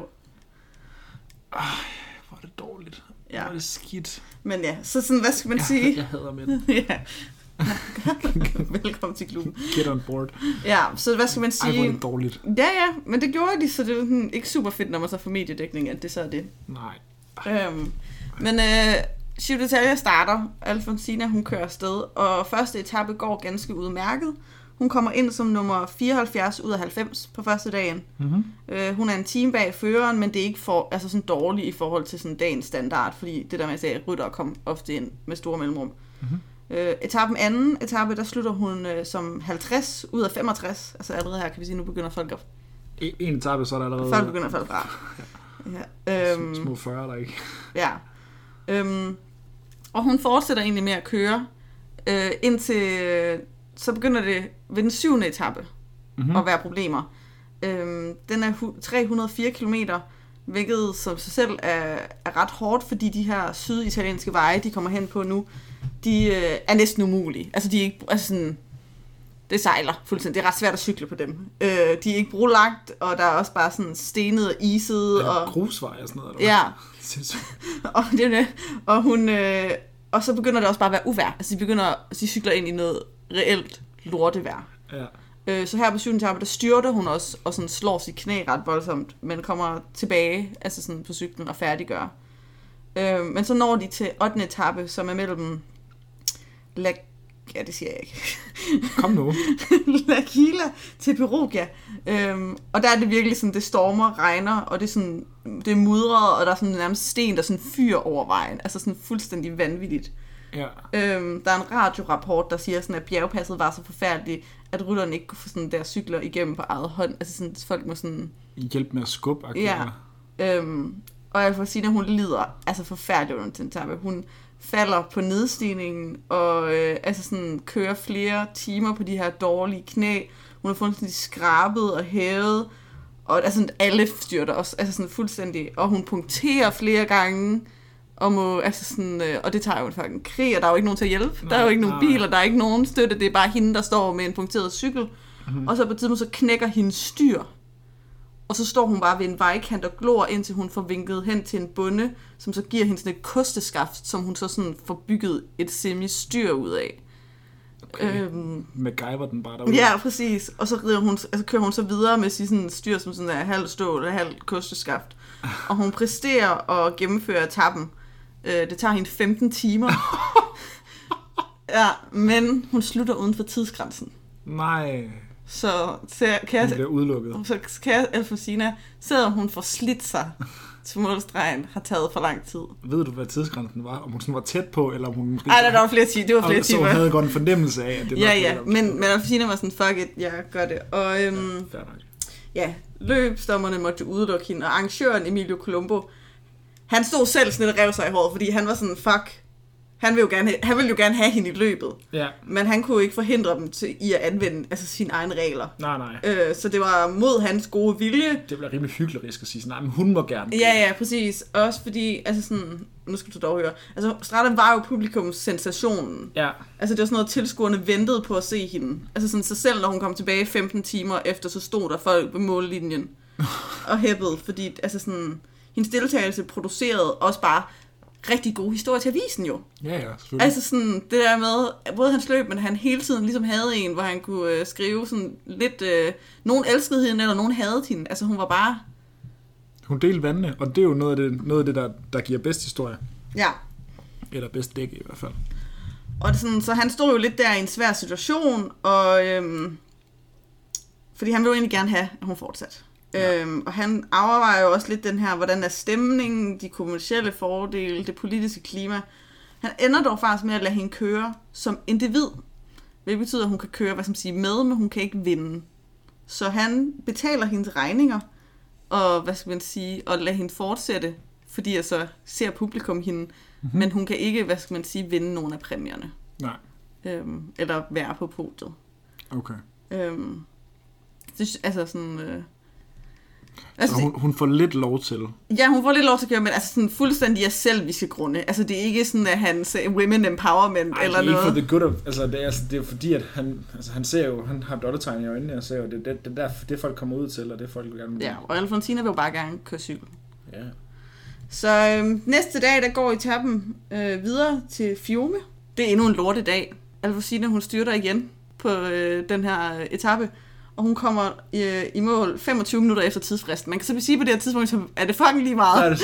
Speaker 1: Hvor er det dårligt.
Speaker 2: Ja.
Speaker 1: Hvor er det skidt.
Speaker 2: Men ja, så sådan, hvad skal man sige?
Speaker 1: Jeg hader mænd.
Speaker 2: Ja. Velkommen til klubben.
Speaker 1: Get on board.
Speaker 2: Ja, så hvad skal man sige?
Speaker 1: Hvor er det dårligt.
Speaker 2: Ja, men det gjorde de, så det er sådan ikke super fedt, når man så får mediedækning, at det så er det.
Speaker 1: Nej.
Speaker 2: Men Giro d'Italia starter. Alfonsina, hun kører afsted, og første etape går ganske udmærket. Hun kommer ind som nummer 74 ud af 90 på første dagen.
Speaker 1: Mm-hmm.
Speaker 2: Hun er en time bag føreren, men det er ikke sådan dårligt i forhold til sådan dagens standard, fordi det der med at sige, at ryttere kom ofte ind med store mellemrum.
Speaker 1: Mm-hmm.
Speaker 2: Anden etape, der slutter hun som 50 ud af 65. Altså allerede her kan vi sige, nu begynder folk at...
Speaker 1: En etape, så er der allerede...
Speaker 2: Folk begynder at falde fra.
Speaker 1: Ja. Små 40 der ikke.
Speaker 2: Ja. Og hun fortsætter egentlig med at køre, indtil... Så begynder det ved den 7. etape at være problemer. Den er 304 kilometer, hvilket som sig selv er ret hårdt, fordi de her syditalienske veje, de kommer hen på nu, de er næsten umulige. Altså, de er ikke, altså sådan, det sejler fuldstændig. Det er ret svært at cykle på dem. De er ikke brolagt, og der er også bare sådan stenet og iset.
Speaker 1: Og grusveje og sådan noget.
Speaker 2: Ja. Og det er det. Og hun... og så begynder det også bare at være uvejr. Altså, de cykler ind i noget reelt lortevejr.
Speaker 1: Ja.
Speaker 2: Så her på 7. etape, der styrter hun også, og sådan slår sit knæ ret voldsomt, men kommer tilbage altså sådan på cyklen og færdiggør. Men så når de til 8. etape, som er mellem det siger jeg ikke.
Speaker 1: Kom nu.
Speaker 2: L'Aquila til Perugia. Og der er det virkelig sådan, det stormer, regner, og det er sådan, det er mudret, og der er sådan nærmest sten, der sådan fyrer over vejen. Altså sådan fuldstændig vanvittigt.
Speaker 1: Ja.
Speaker 2: Der er en radiorapport, der siger sådan, at bjergpasset var så forfærdeligt, at rytterne ikke kunne få sådan der cykler igennem på eget hånd. Altså sådan, folk må sådan...
Speaker 1: Hjælp med at skubbe.
Speaker 2: Ja. Og Alfonsina, hun lider altså forfærdeligt under den etape. Hun falder på nedstigningen, og altså sådan kører flere timer på de her dårlige knæ. Hun er fuldstændig skrabet og hævet, og altså alle styrter også, altså sådan fuldstændig, og hun punkterer flere gange, og må, altså sådan, og det tager jo en fucking krig, og der er jo ikke nogen til at hjælpe. Der er jo ikke nogen biler, der er ikke nogen støtte, det er bare hende, der står med en punkteret cykel. Mm-hmm. Og så på et tidspunkt, så knækker hendes styr. Og så står hun bare ved en vejkant og glor, indtil hun får vinket hen til en bonde, som så giver hende sådan et kosteskaft, som hun så sådan får bygget et semi-styr ud af.
Speaker 1: Okay. MacGyver den bare derude.
Speaker 2: Ja, præcis. Og så kører hun så videre med sin styr, som sådan er halv stål og halv kosteskaft. Og hun præsterer at gennemføre etappen. Det tager hende 15 timer. Ja, men hun slutter uden for tidsgrænsen.
Speaker 1: Nej.
Speaker 2: Så
Speaker 1: hun bliver udelukket.
Speaker 2: Så kære Alfonsina, selvom hun får slidt sig til målstregen, har taget for lang tid.
Speaker 1: Ved du, hvad tidsgrænsen var? Om hun sådan var tæt på, eller om hun...
Speaker 2: Nej, der var flere timer. Det var flere timer.
Speaker 1: Så hun havde godt en fornemmelse af, at det var...
Speaker 2: Ja, men Alfonsina var sådan, fuck it, jeg gør det. Og ja, løbsdommerne måtte udelukke hende, og arrangøren Emilio Colombo, han stod selv sådan lidt og rev sig i håret, fordi han var sådan, fuck, han ville jo gerne have hende i løbet. Ja. Men han kunne ikke forhindre dem i at anvende altså sine egne regler.
Speaker 1: Nej.
Speaker 2: Så det var mod hans gode vilje.
Speaker 1: Det blev rimelig hyklerisk at sige sådan, nej, men hun må gerne.
Speaker 2: Ja, præcis. Også fordi, altså sådan, nu skal du dog høre, altså Strata var jo publikums sensationen.
Speaker 1: Ja.
Speaker 2: Altså det var sådan noget, tilskuerne ventede på at se hende. Altså sådan, så selv når hun kom tilbage 15 timer efter, så stod der folk ved mållinjen og hæppede, fordi altså sådan, hendes deltagelse producerede også bare rigtig gode historier til avisen jo.
Speaker 1: Ja, selvfølgelig.
Speaker 2: Altså sådan, det der med, både hans løb, men han hele tiden ligesom havde en, hvor han kunne skrive sådan lidt, nogen elskede hende, eller nogen hadede hende. Altså hun var bare...
Speaker 1: Hun delte vandene, og det er jo noget af det der giver bedst historie.
Speaker 2: Ja.
Speaker 1: Eller bedst dække i hvert fald.
Speaker 2: Og det sådan, så han stod jo lidt der i en svær situation, og Fordi han vil jo egentlig gerne have, at hun fortsat. Ja. Og han overvejer jo også lidt den her, hvordan er stemningen, de kommercielle fordele, det politiske klima. Han ender dog faktisk med at lade hende køre som individ. Hvilket betyder, at hun kan køre med, men hun kan ikke vinde. Så han betaler hendes regninger, og og lader hende fortsætte, fordi jeg så ser publikum hende, men hun kan ikke, vinde nogen af præmierne.
Speaker 1: Nej.
Speaker 2: Eller være på podiet.
Speaker 1: Okay.
Speaker 2: Så
Speaker 1: hun får lidt lov til.
Speaker 2: Ja, hun får lidt lov til at køre, men sådan fuldstændig af selviske grunde. Altså, det er ikke sådan, at han siger women empowerment eller noget.
Speaker 1: Det er ikke for the good of... Altså, det er fordi, at han ser jo... Han har dottertegn i øjnene, og ser jo, det folk kommer ud til, og det folk gerne vil.
Speaker 2: Ja, og Alfonsina vil jo bare gerne køre cykel.
Speaker 1: Ja.
Speaker 2: Så næste dag, der går etappen videre til Fiume. Det er endnu en lortedag. Alfonsina, hun styrter igen på den her etape. Og hun kommer i mål 25 minutter efter tidsfristen. Man kan så sige på det her tidspunkt, så er det fucking lige meget.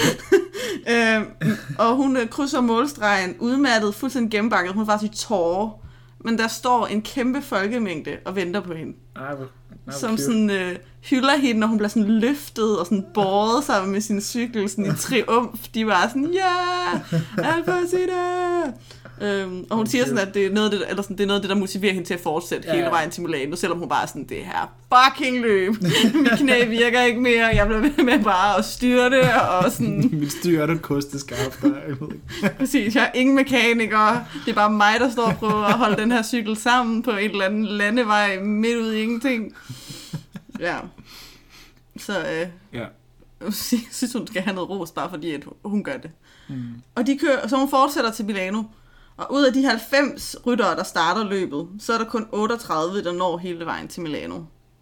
Speaker 2: Og hun krydser målstregen udmattet, fuldstændig gennembakket. Hun er faktisk i tårer. Men der står en kæmpe folkemængde og venter på hende. Som sådan hylder hende, når hun bliver sådan løftet og sådan båret sammen med sin cykel sådan i triumf. De var sådan, ja, Alfonsina! Og hun siger sådan, at det er noget af det, der motiverer hende til at fortsætte hele vejen til Milano, selvom hun bare er sådan, det her fucking løb. Mit knæ virker ikke mere, jeg bliver ved med bare at styrte, og sådan...
Speaker 1: Mit styrte kosteskarft.
Speaker 2: Præcis, jeg er ingen mekaniker, det er bare mig, der står og prøver at holde den her cykel sammen på et eller andet landevej midt ud i ingenting. Ja. Så jeg synes, hun skal have noget ros, bare fordi at hun gør det. Og de kører, så hun fortsætter til Milano. Og ud af de 90 ryttere, der starter løbet, så er der kun 38, der når hele vejen til Milano.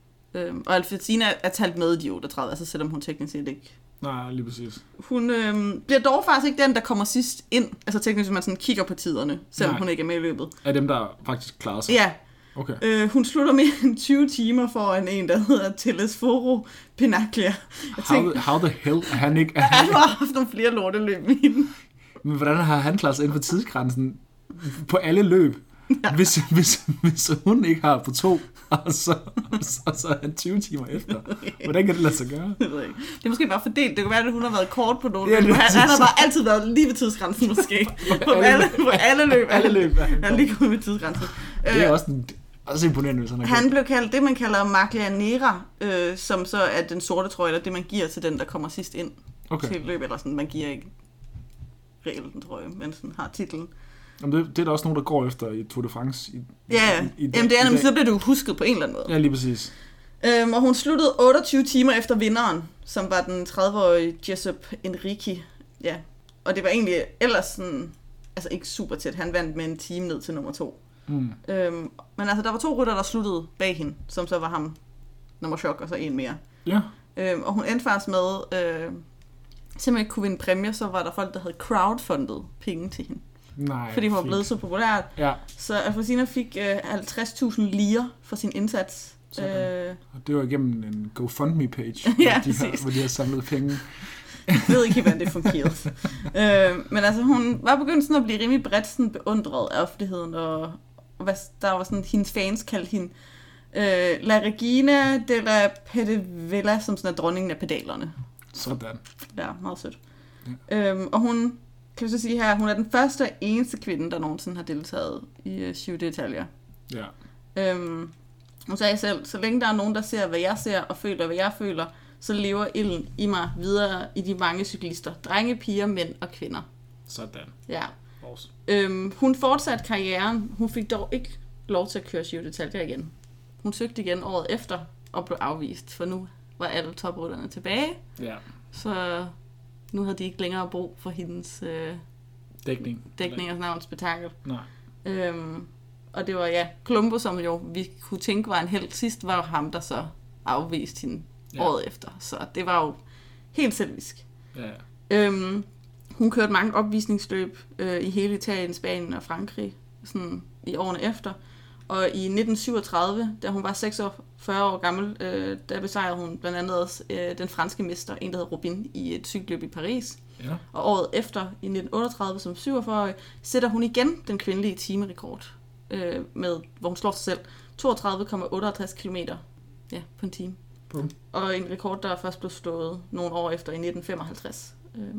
Speaker 2: Og Alfonsina er talt med de 38, altså selvom hun teknisk set ikke...
Speaker 1: Nej, lige præcis.
Speaker 2: Hun bliver dog faktisk ikke den, der kommer sidst ind. Altså teknisk, hvis man sådan kigger på tiderne, selvom hun ikke er med i løbet.
Speaker 1: Er dem, der faktisk klarer sig?
Speaker 2: Ja.
Speaker 1: Okay.
Speaker 2: Hun slutter mere end 20 timer foran en, der hedder Telesforo Pinaglia.
Speaker 1: How the hell er han ikke...
Speaker 2: Han har haft nogle flere lorteløb i hende.
Speaker 1: Men hvordan har han klaret sig inden for tidsgrænsen på alle løb? Ja. Hvis hun ikke har på 2, og så er han 20 timer efter. Hvordan kan det lade sig gøre?
Speaker 2: Det er måske bare fordelt. Det kan være, at hun har været kort på nogle løb. Han har bare altid været lige ved tidsgrænsen måske. på alle løb. Alle løb. Han er lige kommet ved tidsgrænsen.
Speaker 1: Det er også imponerende, hvis
Speaker 2: han blev kaldt det, man kalder maglia nera, som så er den sorte trøje, eller det, man giver til den, der kommer sidst ind til løb. Eller sådan, man giver ikke reelt den trøje, men sådan har titlen.
Speaker 1: Jamen det er der også nogen, der går efter i Tour de France.
Speaker 2: Jamen det er nemlig, så bliver du husket på en eller anden måde.
Speaker 1: Ja, lige præcis.
Speaker 2: Og hun sluttede 28 timer efter vinderen, som var den 30-årige Giuseppe Enrichi. Ja, og det var egentlig ellers sådan, altså ikke super tæt. Han vandt med en time ned til nummer 2. Men altså, der var 2 rytter, der sluttede bag hende, som så var ham, nummer chok, og så en mere.
Speaker 1: Ja.
Speaker 2: Og hun endte faktisk med, simpelthen ikke kunne vinde præmier, så var der folk, der havde crowdfundet penge til hende.
Speaker 1: Nej,
Speaker 2: fordi hun var blevet så populær.
Speaker 1: Ja.
Speaker 2: Så Alfonsina fik 50.000 lire for sin indsats.
Speaker 1: Og det var igennem en GoFundMe-page,
Speaker 2: ja,
Speaker 1: hvor de har samlet penge.
Speaker 2: Jeg ved ikke, hvordan det fungerede. Men altså, hun var begyndt sådan at blive rimelig bredt sådan beundret af offentligheden, og der var sådan, hendes fans kaldte hende La Regina della Pedevella, som sådan er dronningen af pedalerne.
Speaker 1: Sådan.
Speaker 2: Ja, meget sødt. Ja. Og hun, kan vi så sige her, hun er den første og eneste kvinde, der nogensinde har deltaget i Giro d'Italia.
Speaker 1: Ja.
Speaker 2: Hun sagde selv, så længe der er nogen, der ser, hvad jeg ser, og føler, hvad jeg føler, så lever ilden i mig videre i de mange cyklister. Drenge, piger, mænd og kvinder.
Speaker 1: Sådan.
Speaker 2: Ja. Hun fortsatte karrieren. Hun fik dog ikke lov til at køre Giro d'Italia igen. Hun søgte igen året efter og blev afvist, for nu var alle toprytterne tilbage.
Speaker 1: Ja.
Speaker 2: Så nu havde de ikke længere brug for hendes dækning og sådan noget spektakel.
Speaker 1: Nej.
Speaker 2: Og det var, Colombo, som jo vi kunne tænke var en helt sidst, var jo ham, der så afviste hende året efter. Så det var jo helt selvisk.
Speaker 1: Ja.
Speaker 2: Hun kørte mange opvisningsløb i hele Italien, Spanien og Frankrig sådan i årene efter. Og i 1937, da hun var 46 år gammel, der besejrede hun blandt andet også den franske mester, en der hed Robin, i et cykelløb i Paris.
Speaker 1: Ja.
Speaker 2: Og året efter, i 1938, som 47-årig, sætter hun igen den kvindelige timerekord, hvor hun slår sig selv 32,58 kilometer på en time.
Speaker 1: Boom.
Speaker 2: Og en rekord, der først blev slået nogle år efter i 1955.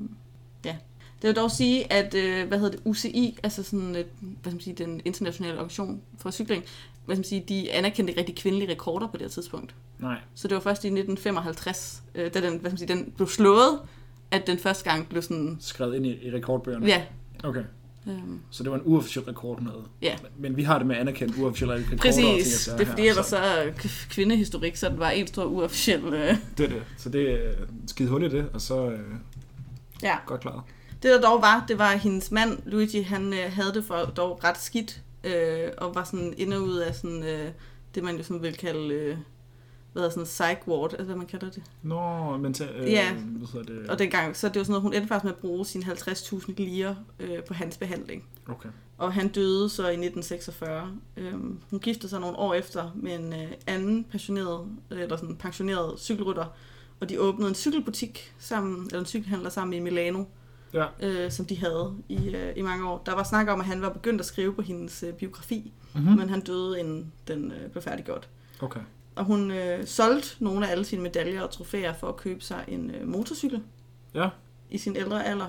Speaker 2: Det vil dog sige, at UCI, altså sådan, den internationale organisation for cykling, de anerkendte ikke rigtig kvindelige rekorder på det her tidspunkt.
Speaker 1: Nej.
Speaker 2: Så det var først i 1955, da den blev slået, at den første gang blev sådan...
Speaker 1: skrevet ind i rekordbøgerne?
Speaker 2: Ja.
Speaker 1: Okay. Så det var en uofficiel rekord med.
Speaker 2: Ja.
Speaker 1: Men vi har det med anerkendt uofficielle rekorder.
Speaker 2: Præcis. Det er fordi, ellers så er kvindehistorik, så det var en stor uofficiel...
Speaker 1: Det er det. Så det er skide hul i det, og så godt klaret.
Speaker 2: Det der dog det var hendes mand, Luigi, han havde det for dog ret skidt, og var sådan inde og ud af sådan, det man jo sådan vil kalde, psych ward, altså hvad man kalder det.
Speaker 1: Nå, mental...
Speaker 2: det. Og dengang, så det var sådan noget, hun endte faktisk med at bruge sine 50.000 lire på hans behandling.
Speaker 1: Okay.
Speaker 2: Og han døde så i 1946. Hun giftede sig nogle år efter med en anden pensioneret cykelrytter, og de åbnede en cykelbutik sammen, eller en cykelhandler sammen i Milano. Ja. Som de havde i mange år. Der var snak om, at han var begyndt at skrive på hendes biografi, men han døde, inden den blev færdiggjort.
Speaker 1: Okay.
Speaker 2: Og hun solgte nogle af alle sine medaljer og trofæer for at købe sig en motorcykel i sin ældre alder.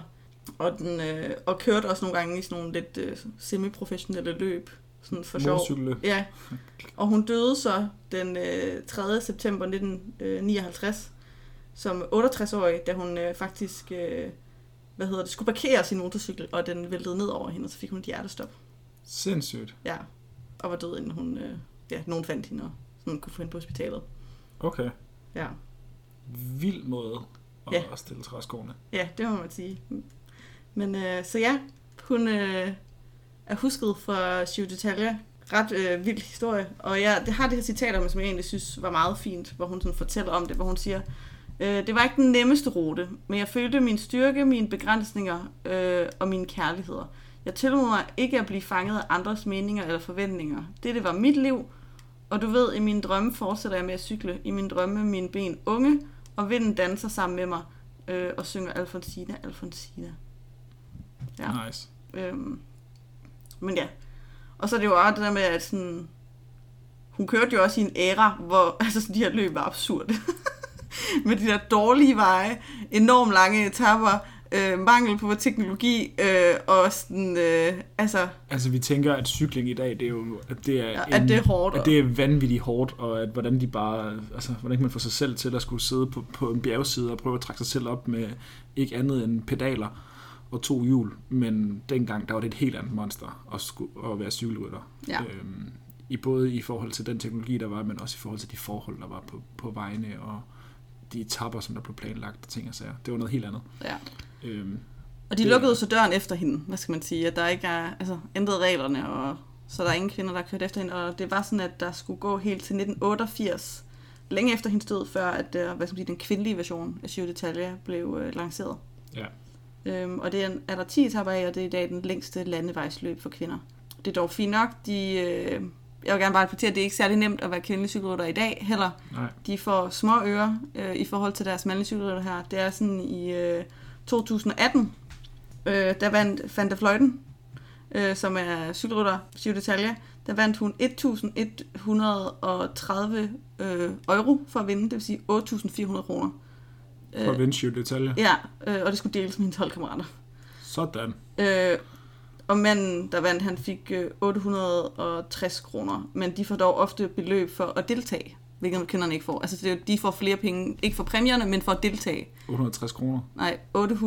Speaker 2: Og kørte også nogle gange i sådan nogle lidt semi-professionelle løb. Sådan for sjov.
Speaker 1: Motorcykelløb.
Speaker 2: Ja. Og hun døde så den 3. september 1959 som 68-årig, da hun faktisk... skulle parkere sin motorcykel, og den væltede ned over hende, og så fik hun et hjertestop.
Speaker 1: Sindssygt.
Speaker 2: Ja, og var død, inden hun, nogen fandt hende, og sådan kunne få hende på hospitalet.
Speaker 1: Okay.
Speaker 2: Ja.
Speaker 1: Vild måde at stille træskoene.
Speaker 2: Ja, det må man sige. Men hun er husket for Giro d'Italia. Ret vild historie. Og det har det her citat om, som jeg egentlig synes var meget fint, hvor hun sådan fortæller om det, hvor hun siger... Det var ikke den nemmeste rute, men jeg følte min styrke, mine begrænsninger og mine kærligheder. Jeg tillod mig ikke at blive fanget af andres meninger eller forventninger. Det var mit liv, og du ved, i mine drømme fortsætter jeg med at cykle. I mine drømme mine ben unge, og vinden danser sammen med mig og synger Alfonsina, Alfonsina.
Speaker 1: Ja. Nice.
Speaker 2: Men ja, og så er det jo også det der med, at sådan, hun kørte jo også i en æra, hvor altså, de her løb var absurde. Med de der dårlige veje, enormt lange etaper, mangel på teknologi, og sådan,
Speaker 1: Altså vi tænker, at cykling i dag, det er jo, at det er,
Speaker 2: at det er hårdt.
Speaker 1: At det er vanvittigt hårdt, og at hvordan de bare, altså hvordan man får sig selv til at skulle sidde på en bjergside og prøve at trække sig selv op med ikke andet end pedaler og 2 hjul, men dengang, der var det et helt andet monster at være cykelrytter.
Speaker 2: Ja.
Speaker 1: Både i forhold til den teknologi, der var, men også i forhold til de forhold, der var på vejene, og de etapper, som der blev planlagt, og ting og sager. Det var noget helt andet.
Speaker 2: Ja. Og de lukkede så døren efter hende, hvad skal man sige, at der ikke er ændret reglerne, og så der er ingen kvinder, der har kørt efter hende, og det var sådan, at der skulle gå helt til 1988, længe efter hendes død, før at den kvindelige version af Giro d'Italia blev lanceret.
Speaker 1: Ja.
Speaker 2: Og det er der 10 etaper af, og det er i dag den længste landevejsløb for kvinder. Det er dog fint nok, jeg vil gerne bare repetere, at det er ikke særlig nemt at være kvindelig cykelrytter i dag heller.
Speaker 1: Nej.
Speaker 2: De får små ører i forhold til deres mandlige cykelrytter her. Det er sådan i 2018, der vandt Van der Vleuten, som er cykelrytter Giro d'Italia. Der vandt hun 1.130 euro for at vinde, det vil sige 8.400 kroner.
Speaker 1: For at vinde Giro d'Italia?
Speaker 2: Ja, og det skulle deles med hendes holdkammerater.
Speaker 1: Sådan.
Speaker 2: Og manden, der vandt, han fik 860 kroner, men de får dog ofte beløb for at deltage, hvilket kvinderne ikke får. Altså, de får flere penge, ikke for præmierne, men for at deltage.
Speaker 1: 860 kroner?
Speaker 2: Nej,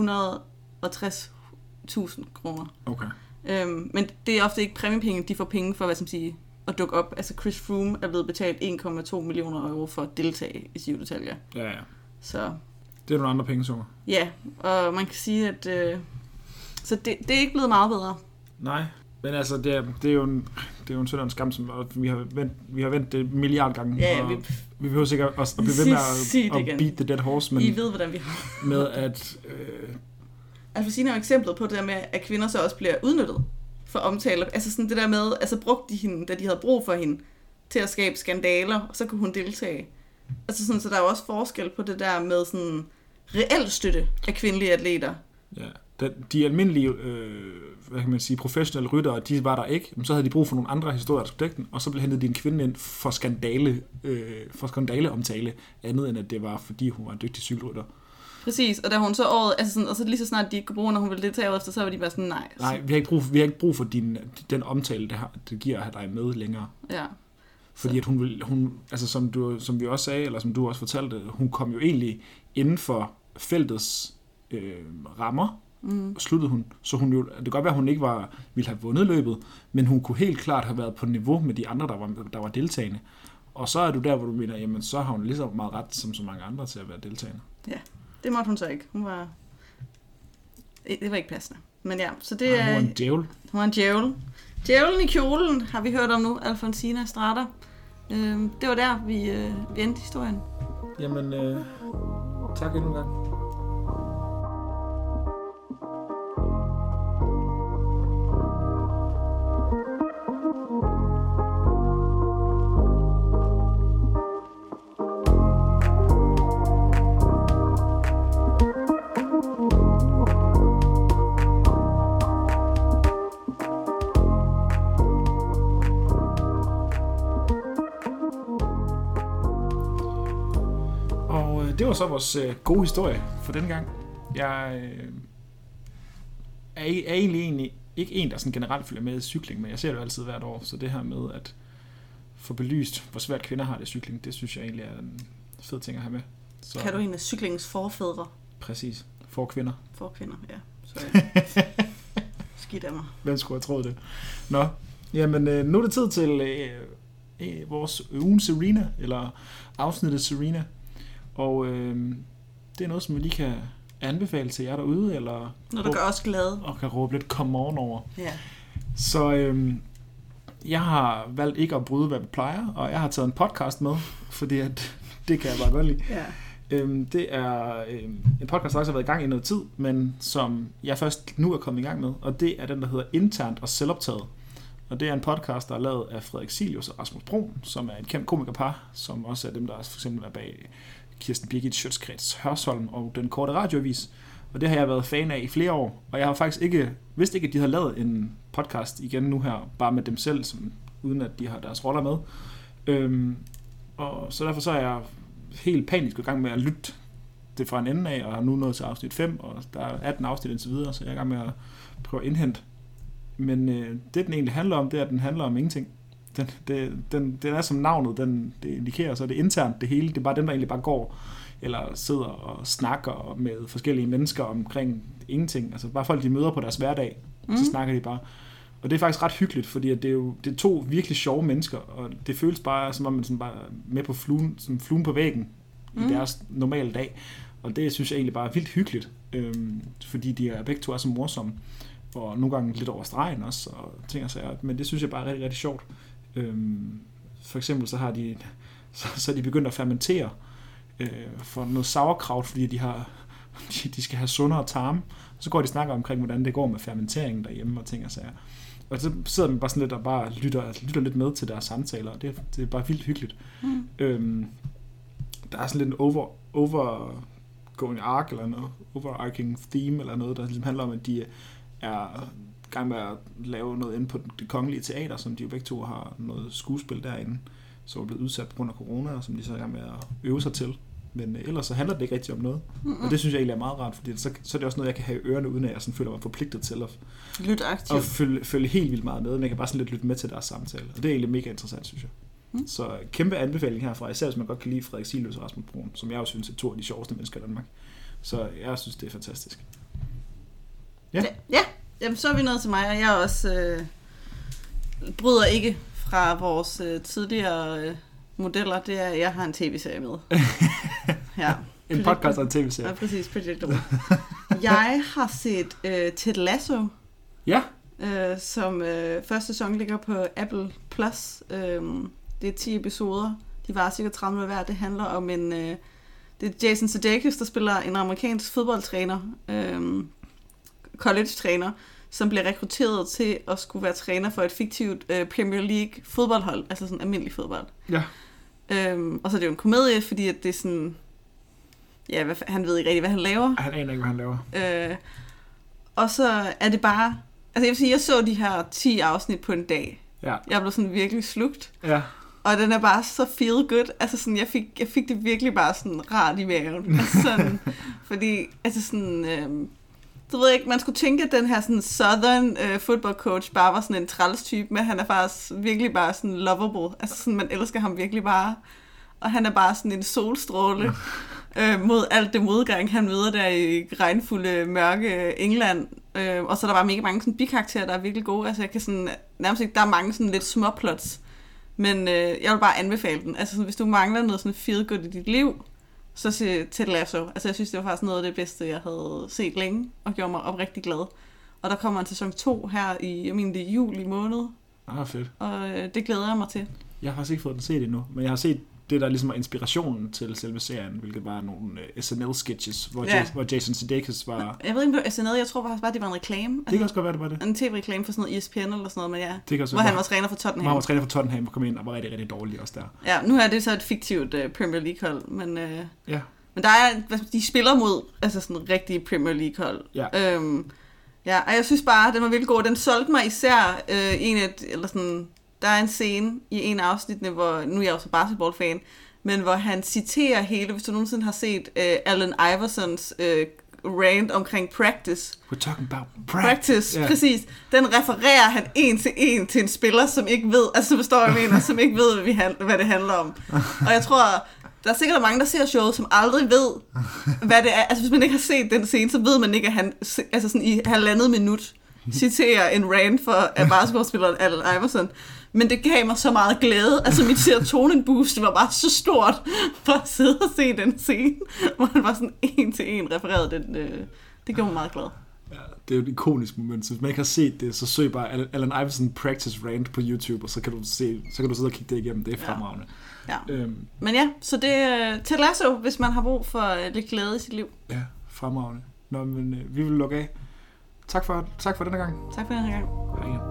Speaker 2: 860.000 kroner.
Speaker 1: Okay.
Speaker 2: Men det er ofte ikke præmiepenge, de får penge for, at dukke op. Altså, Chris Froome er blevet betalt 1,2 millioner euro for at deltage i Giro d'Italia.
Speaker 1: Ja.
Speaker 2: Så...
Speaker 1: Det er nogle andre pengesummer.
Speaker 2: Ja, og man kan sige, at... Så det er ikke blevet meget bedre.
Speaker 1: Nej, men altså, det er jo en synd og en skam, som vi har vendt det milliard gange.
Speaker 2: Ja,
Speaker 1: vi behøver sikkert at blive ved med at beat the dead horse, men
Speaker 2: I ved, hvordan vi har.
Speaker 1: med at...
Speaker 2: Alfonsina er jo eksemplet på det der med, at kvinder så også bliver udnyttet for omtaler. Altså sådan det der med, brugte de hende, da de havde brug for hende, til at skabe skandaler, og så kunne hun deltage. Altså sådan, så der er jo også forskel på det der med sådan reel støtte af kvindelige atleter.
Speaker 1: Ja. de almindelige hvad kan man sige, professionelle ryttere, de var der ikke, men så havde de brug for nogle andre historier, der skulle dække den, og så blev hentet en kvinde ind for skandaleomtale, andet end at det var, fordi hun var en dygtig cykelrytter.
Speaker 2: Præcis, og da hun så året, altså sådan, og så lige så snart de ikke kunne bruge, når hun ville deltage efter, så var de bare sådan, nej.
Speaker 1: Nej, vi har ikke brug for den omtale, det giver at have dig med længere.
Speaker 2: Ja.
Speaker 1: Fordi at hun altså som vi også sagde, eller som du også fortalte, hun kom jo egentlig inden for feltets rammer, sluttede hun. Så hun jo, det kan godt være, at hun ikke ville have vundet løbet, men hun kunne helt klart have været på niveau med de andre, der var deltagende. Og så er du der, hvor du mener, jamen så har hun lige så meget ret som så mange andre til at være deltagende.
Speaker 2: Ja, det måtte hun så ikke. Det var ikke passende. Men ja, så det
Speaker 1: hun var en djævel.
Speaker 2: Hun var en djævel. Djævlen i kjolen har vi hørt om nu, Alfonsina Estrada. Det var der, vi endte historien.
Speaker 1: Jamen, tak endnu en gang. Det var så vores gode historie for denne gang. Jeg er egentlig ikke en, der sådan generelt følger med i cykling, men jeg ser det jo altid hvert år, så det her med at få belyst, hvor svært kvinder har det i cykling, det synes jeg egentlig er en fed ting at have med. Så,
Speaker 2: kan du en af cyklingens forfædre?
Speaker 1: Præcis. For kvinder.
Speaker 2: For kvinder, ja. Skidt af mig.
Speaker 1: Hvem skulle have troet det? Nå, jamen nu er det tid til vores ugen Serena, eller afsnittet Serena. Og det er noget, som vi lige kan anbefale til jer derude, eller
Speaker 2: når du gør os glade.
Speaker 1: Og kan råbe lidt come on over.
Speaker 2: Ja.
Speaker 1: Så jeg har valgt ikke at bryde, hvad vi plejer, og jeg har taget en podcast med, fordi at, det kan jeg bare godt lide.
Speaker 2: Ja.
Speaker 1: Det er en podcast, der også har været i gang i noget tid, men som jeg først nu er kommet i gang med, og det er den, der hedder Internt og Selvoptaget. Og det er en podcast, der er lavet af Frederik Silius og Rasmus Brun, som er et kendt komikerpar, som også er dem, der for eksempel er bag Kirsten Birgit Schøtzgrads Hørsholm og Den Korte Radioavis. Og det har jeg været fan af i flere år, og jeg har faktisk vidst ikke, at de har lavet en podcast igen nu her, bare med dem selv, uden at de har deres roller med. Og så derfor så er jeg helt panisk i gang med at lytte det fra en ende af, og har nu nået til afsnit 5, og der er 18 afsnit indtil videre, så jeg er i gang med at prøve at indhente. Men det, den egentlig handler om, det er, at den handler om ingenting. Den er som navnet, det indikerer, så det er internt det hele. Det er bare dem, der egentlig bare går, eller sidder og snakker med forskellige mennesker omkring ingenting. Altså bare folk, de møder på deres hverdag, så snakker de bare. Og det er faktisk ret hyggeligt, fordi at det er to virkelig sjove mennesker, og det føles bare, som om man sådan bare er med på fluen på væggen i deres normale dag. Og det synes jeg egentlig bare er vildt hyggeligt, fordi de er begge to er så morsomme, og nogle gange lidt over stregen også, og ting og sager. Men det synes jeg bare er rigtig, rigtig sjovt. For eksempel så har de begyndt at fermentere for noget sauerkraut, fordi de skal have sundere tarme. Så går de og snakker omkring, hvordan det går med fermenteringen derhjemme og ting og sager. Og så sidder man bare sådan lidt og bare lytter lidt med til deres samtaler, og det er bare vildt hyggeligt. Der er sådan lidt en overgoing arc, eller noget overarching theme, eller noget, der ligesom handler om, at de er i gang med at lave noget inde på Det Kongelige Teater, som de jo begge to har noget skuespil derinde, som er blevet udsat på grund af corona, og som de så er i gang med at øve sig til. Men ellers så handler det ikke rigtig om noget. Og det synes jeg egentlig er meget rart, fordi så er det også noget, jeg kan have i ørerne, uden at jeg sådan føler mig forpligtet til at
Speaker 2: lytte aktivt.
Speaker 1: Og følge helt vildt meget med, men jeg kan bare sådan lidt lytte med til deres samtale. Og det er egentlig mega interessant, synes jeg. Så kæmpe anbefaling herfra, især hvis man godt kan lide Frederik Silius og Rasmus Brun, som jeg jo synes er to af de sjoveste mennesker i Danmark. Så jeg synes, det er fantastisk.
Speaker 2: Ja. Jamen, så er vi nået til mig, og jeg også bryder ikke fra vores tidligere modeller. Det er, at jeg har en tv-serie med. Ja.
Speaker 1: En podcast og en tv-serie.
Speaker 2: Ja, præcis. Predictable. Jeg har set Ted Lasso.
Speaker 1: Ja.
Speaker 2: Som første sæson ligger på Apple Plus. Det er 10 episoder. De varer cirka 30 minutter hver. Det handler om det er Jason Sudeikis, der spiller en amerikansk fodboldtræner, college-træner, som bliver rekrutteret til at skulle være træner for et fiktivt Premier League fodboldhold, altså sådan almindelig fodbold.
Speaker 1: Ja.
Speaker 2: Og så er det jo en komedie, fordi at det er sådan, ja, han ved ikke rigtig, hvad han laver.
Speaker 1: Han aner ikke, hvad han laver.
Speaker 2: Og så er det bare... Altså jeg vil sige, jeg så de her 10 afsnit på en dag.
Speaker 1: Ja.
Speaker 2: Jeg blev sådan virkelig slugt.
Speaker 1: Ja.
Speaker 2: Og den er bare så feel good. Altså sådan, jeg fik det virkelig bare sådan rart i maven. Altså sådan, fordi, altså sådan... Så ved jeg ikke, man skulle tænke, at den her sådan southern football coach bare var sådan en træls type, men han er faktisk virkelig bare sådan lovable. Altså sådan, man elsker ham virkelig bare. Og han er bare sådan en solstråle mod alt det modgang, han møder der i regnfulde, mørke England. Og så er der bare mega mange sådan bikarakterer, der er virkelig gode. Altså jeg kan sådan, nærmest ikke, der er mange sådan lidt småplots. Men jeg vil bare anbefale den. Altså sådan, hvis du mangler noget sådan feel good i dit liv, så se Ted Lasso. Altså jeg synes, det var faktisk noget af det bedste, jeg havde set længe, og gjorde mig oprigtig glad. Og der kommer en sæson 2 her i, jeg mener det er juli måned.
Speaker 1: Fedt.
Speaker 2: Og det glæder jeg mig til.
Speaker 1: Jeg har faktisk ikke fået den set endnu, men jeg har set det, der ligesom er inspirationen til selve serien, hvilket var nogle SNL-sketches, hvor Jason Sudeikis var...
Speaker 2: Jeg ved ikke, om det var SNL, jeg tror faktisk bare, det var en reklame.
Speaker 1: Det kan også godt være, det var det.
Speaker 2: En tv-reklame for sådan noget ESPN eller sådan noget, men ja.
Speaker 1: Det kan også
Speaker 2: hvor han var træner for Tottenham.
Speaker 1: Hvor han var træner for Tottenham og kom ind og var rigtig, rigtig dårlig også der.
Speaker 2: Ja, nu er det så et fiktivt Premier League-hold, men...
Speaker 1: Ja.
Speaker 2: Men der er, de spiller mod altså sådan rigtige Premier League-hold.
Speaker 1: Ja.
Speaker 2: Ja, og jeg synes bare, den var virkelig god. Den solgte mig især eller sådan... Der er en scene i en af afsnittene, hvor... Nu er jeg også basketball-fan, men hvor han citerer hele... Hvis du nogensinde har set Allen Iversons rant omkring practice.
Speaker 1: We're talking about
Speaker 2: practice. Yeah. Præcis. Den refererer han en til en spiller, som ikke ved... Altså, forstår jeg mener, som ikke ved, hvad det handler om. Og jeg tror... Der er sikkert mange, der ser showet, som aldrig ved, hvad det er. Altså, hvis man ikke har set den scene, så ved man ikke, at han altså sådan i 1,5 minut citerer en rant af basketballspilleren Allen Iverson. Men det gav mig så meget glæde. Altså, mit serotonin-boost var bare så stort for at sidde og se den scene, hvor han var sådan en til en refereret den. Det gjorde mig meget glad.
Speaker 1: Ja, det er jo et ikonisk moment. Så hvis man ikke har set det, så søg bare Allen Iverson practice rant på YouTube, og så kan du sidde og kigge det igennem. Det er fremragende.
Speaker 2: Ja. Men ja, så det er Ted Lasso, hvis man har brug for lidt glæde i sit liv.
Speaker 1: Ja, fremragende. Nå, men vi vil lukke af. Tak for denne gang.
Speaker 2: Tak for denne gang.
Speaker 1: Hej igen.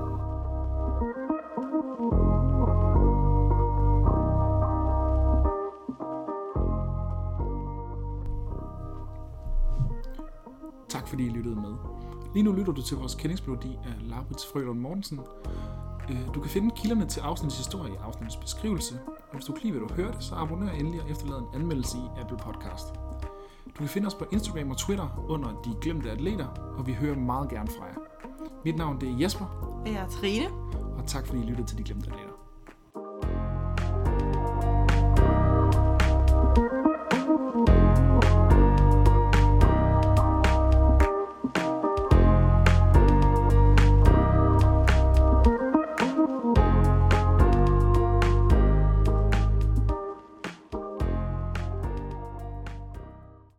Speaker 1: Tak fordi I lyttede med. Lige nu lytter du til vores kendingsmelodi af Laurits Frølund Mortensen. Du kan finde kilderne til afsnitets historie i afsnittets beskrivelse. Og hvis du kan lide, hvad du hørte, så abonner endelig og efterlad en anmeldelse i Apple Podcast. Du kan finde os på Instagram og Twitter under De Glemte Atleter, og vi hører meget gerne fra jer. Mit navn det er Jesper.
Speaker 2: Og jeg er Trine.
Speaker 1: Og tak fordi I lyttede til De Glemte Atleter.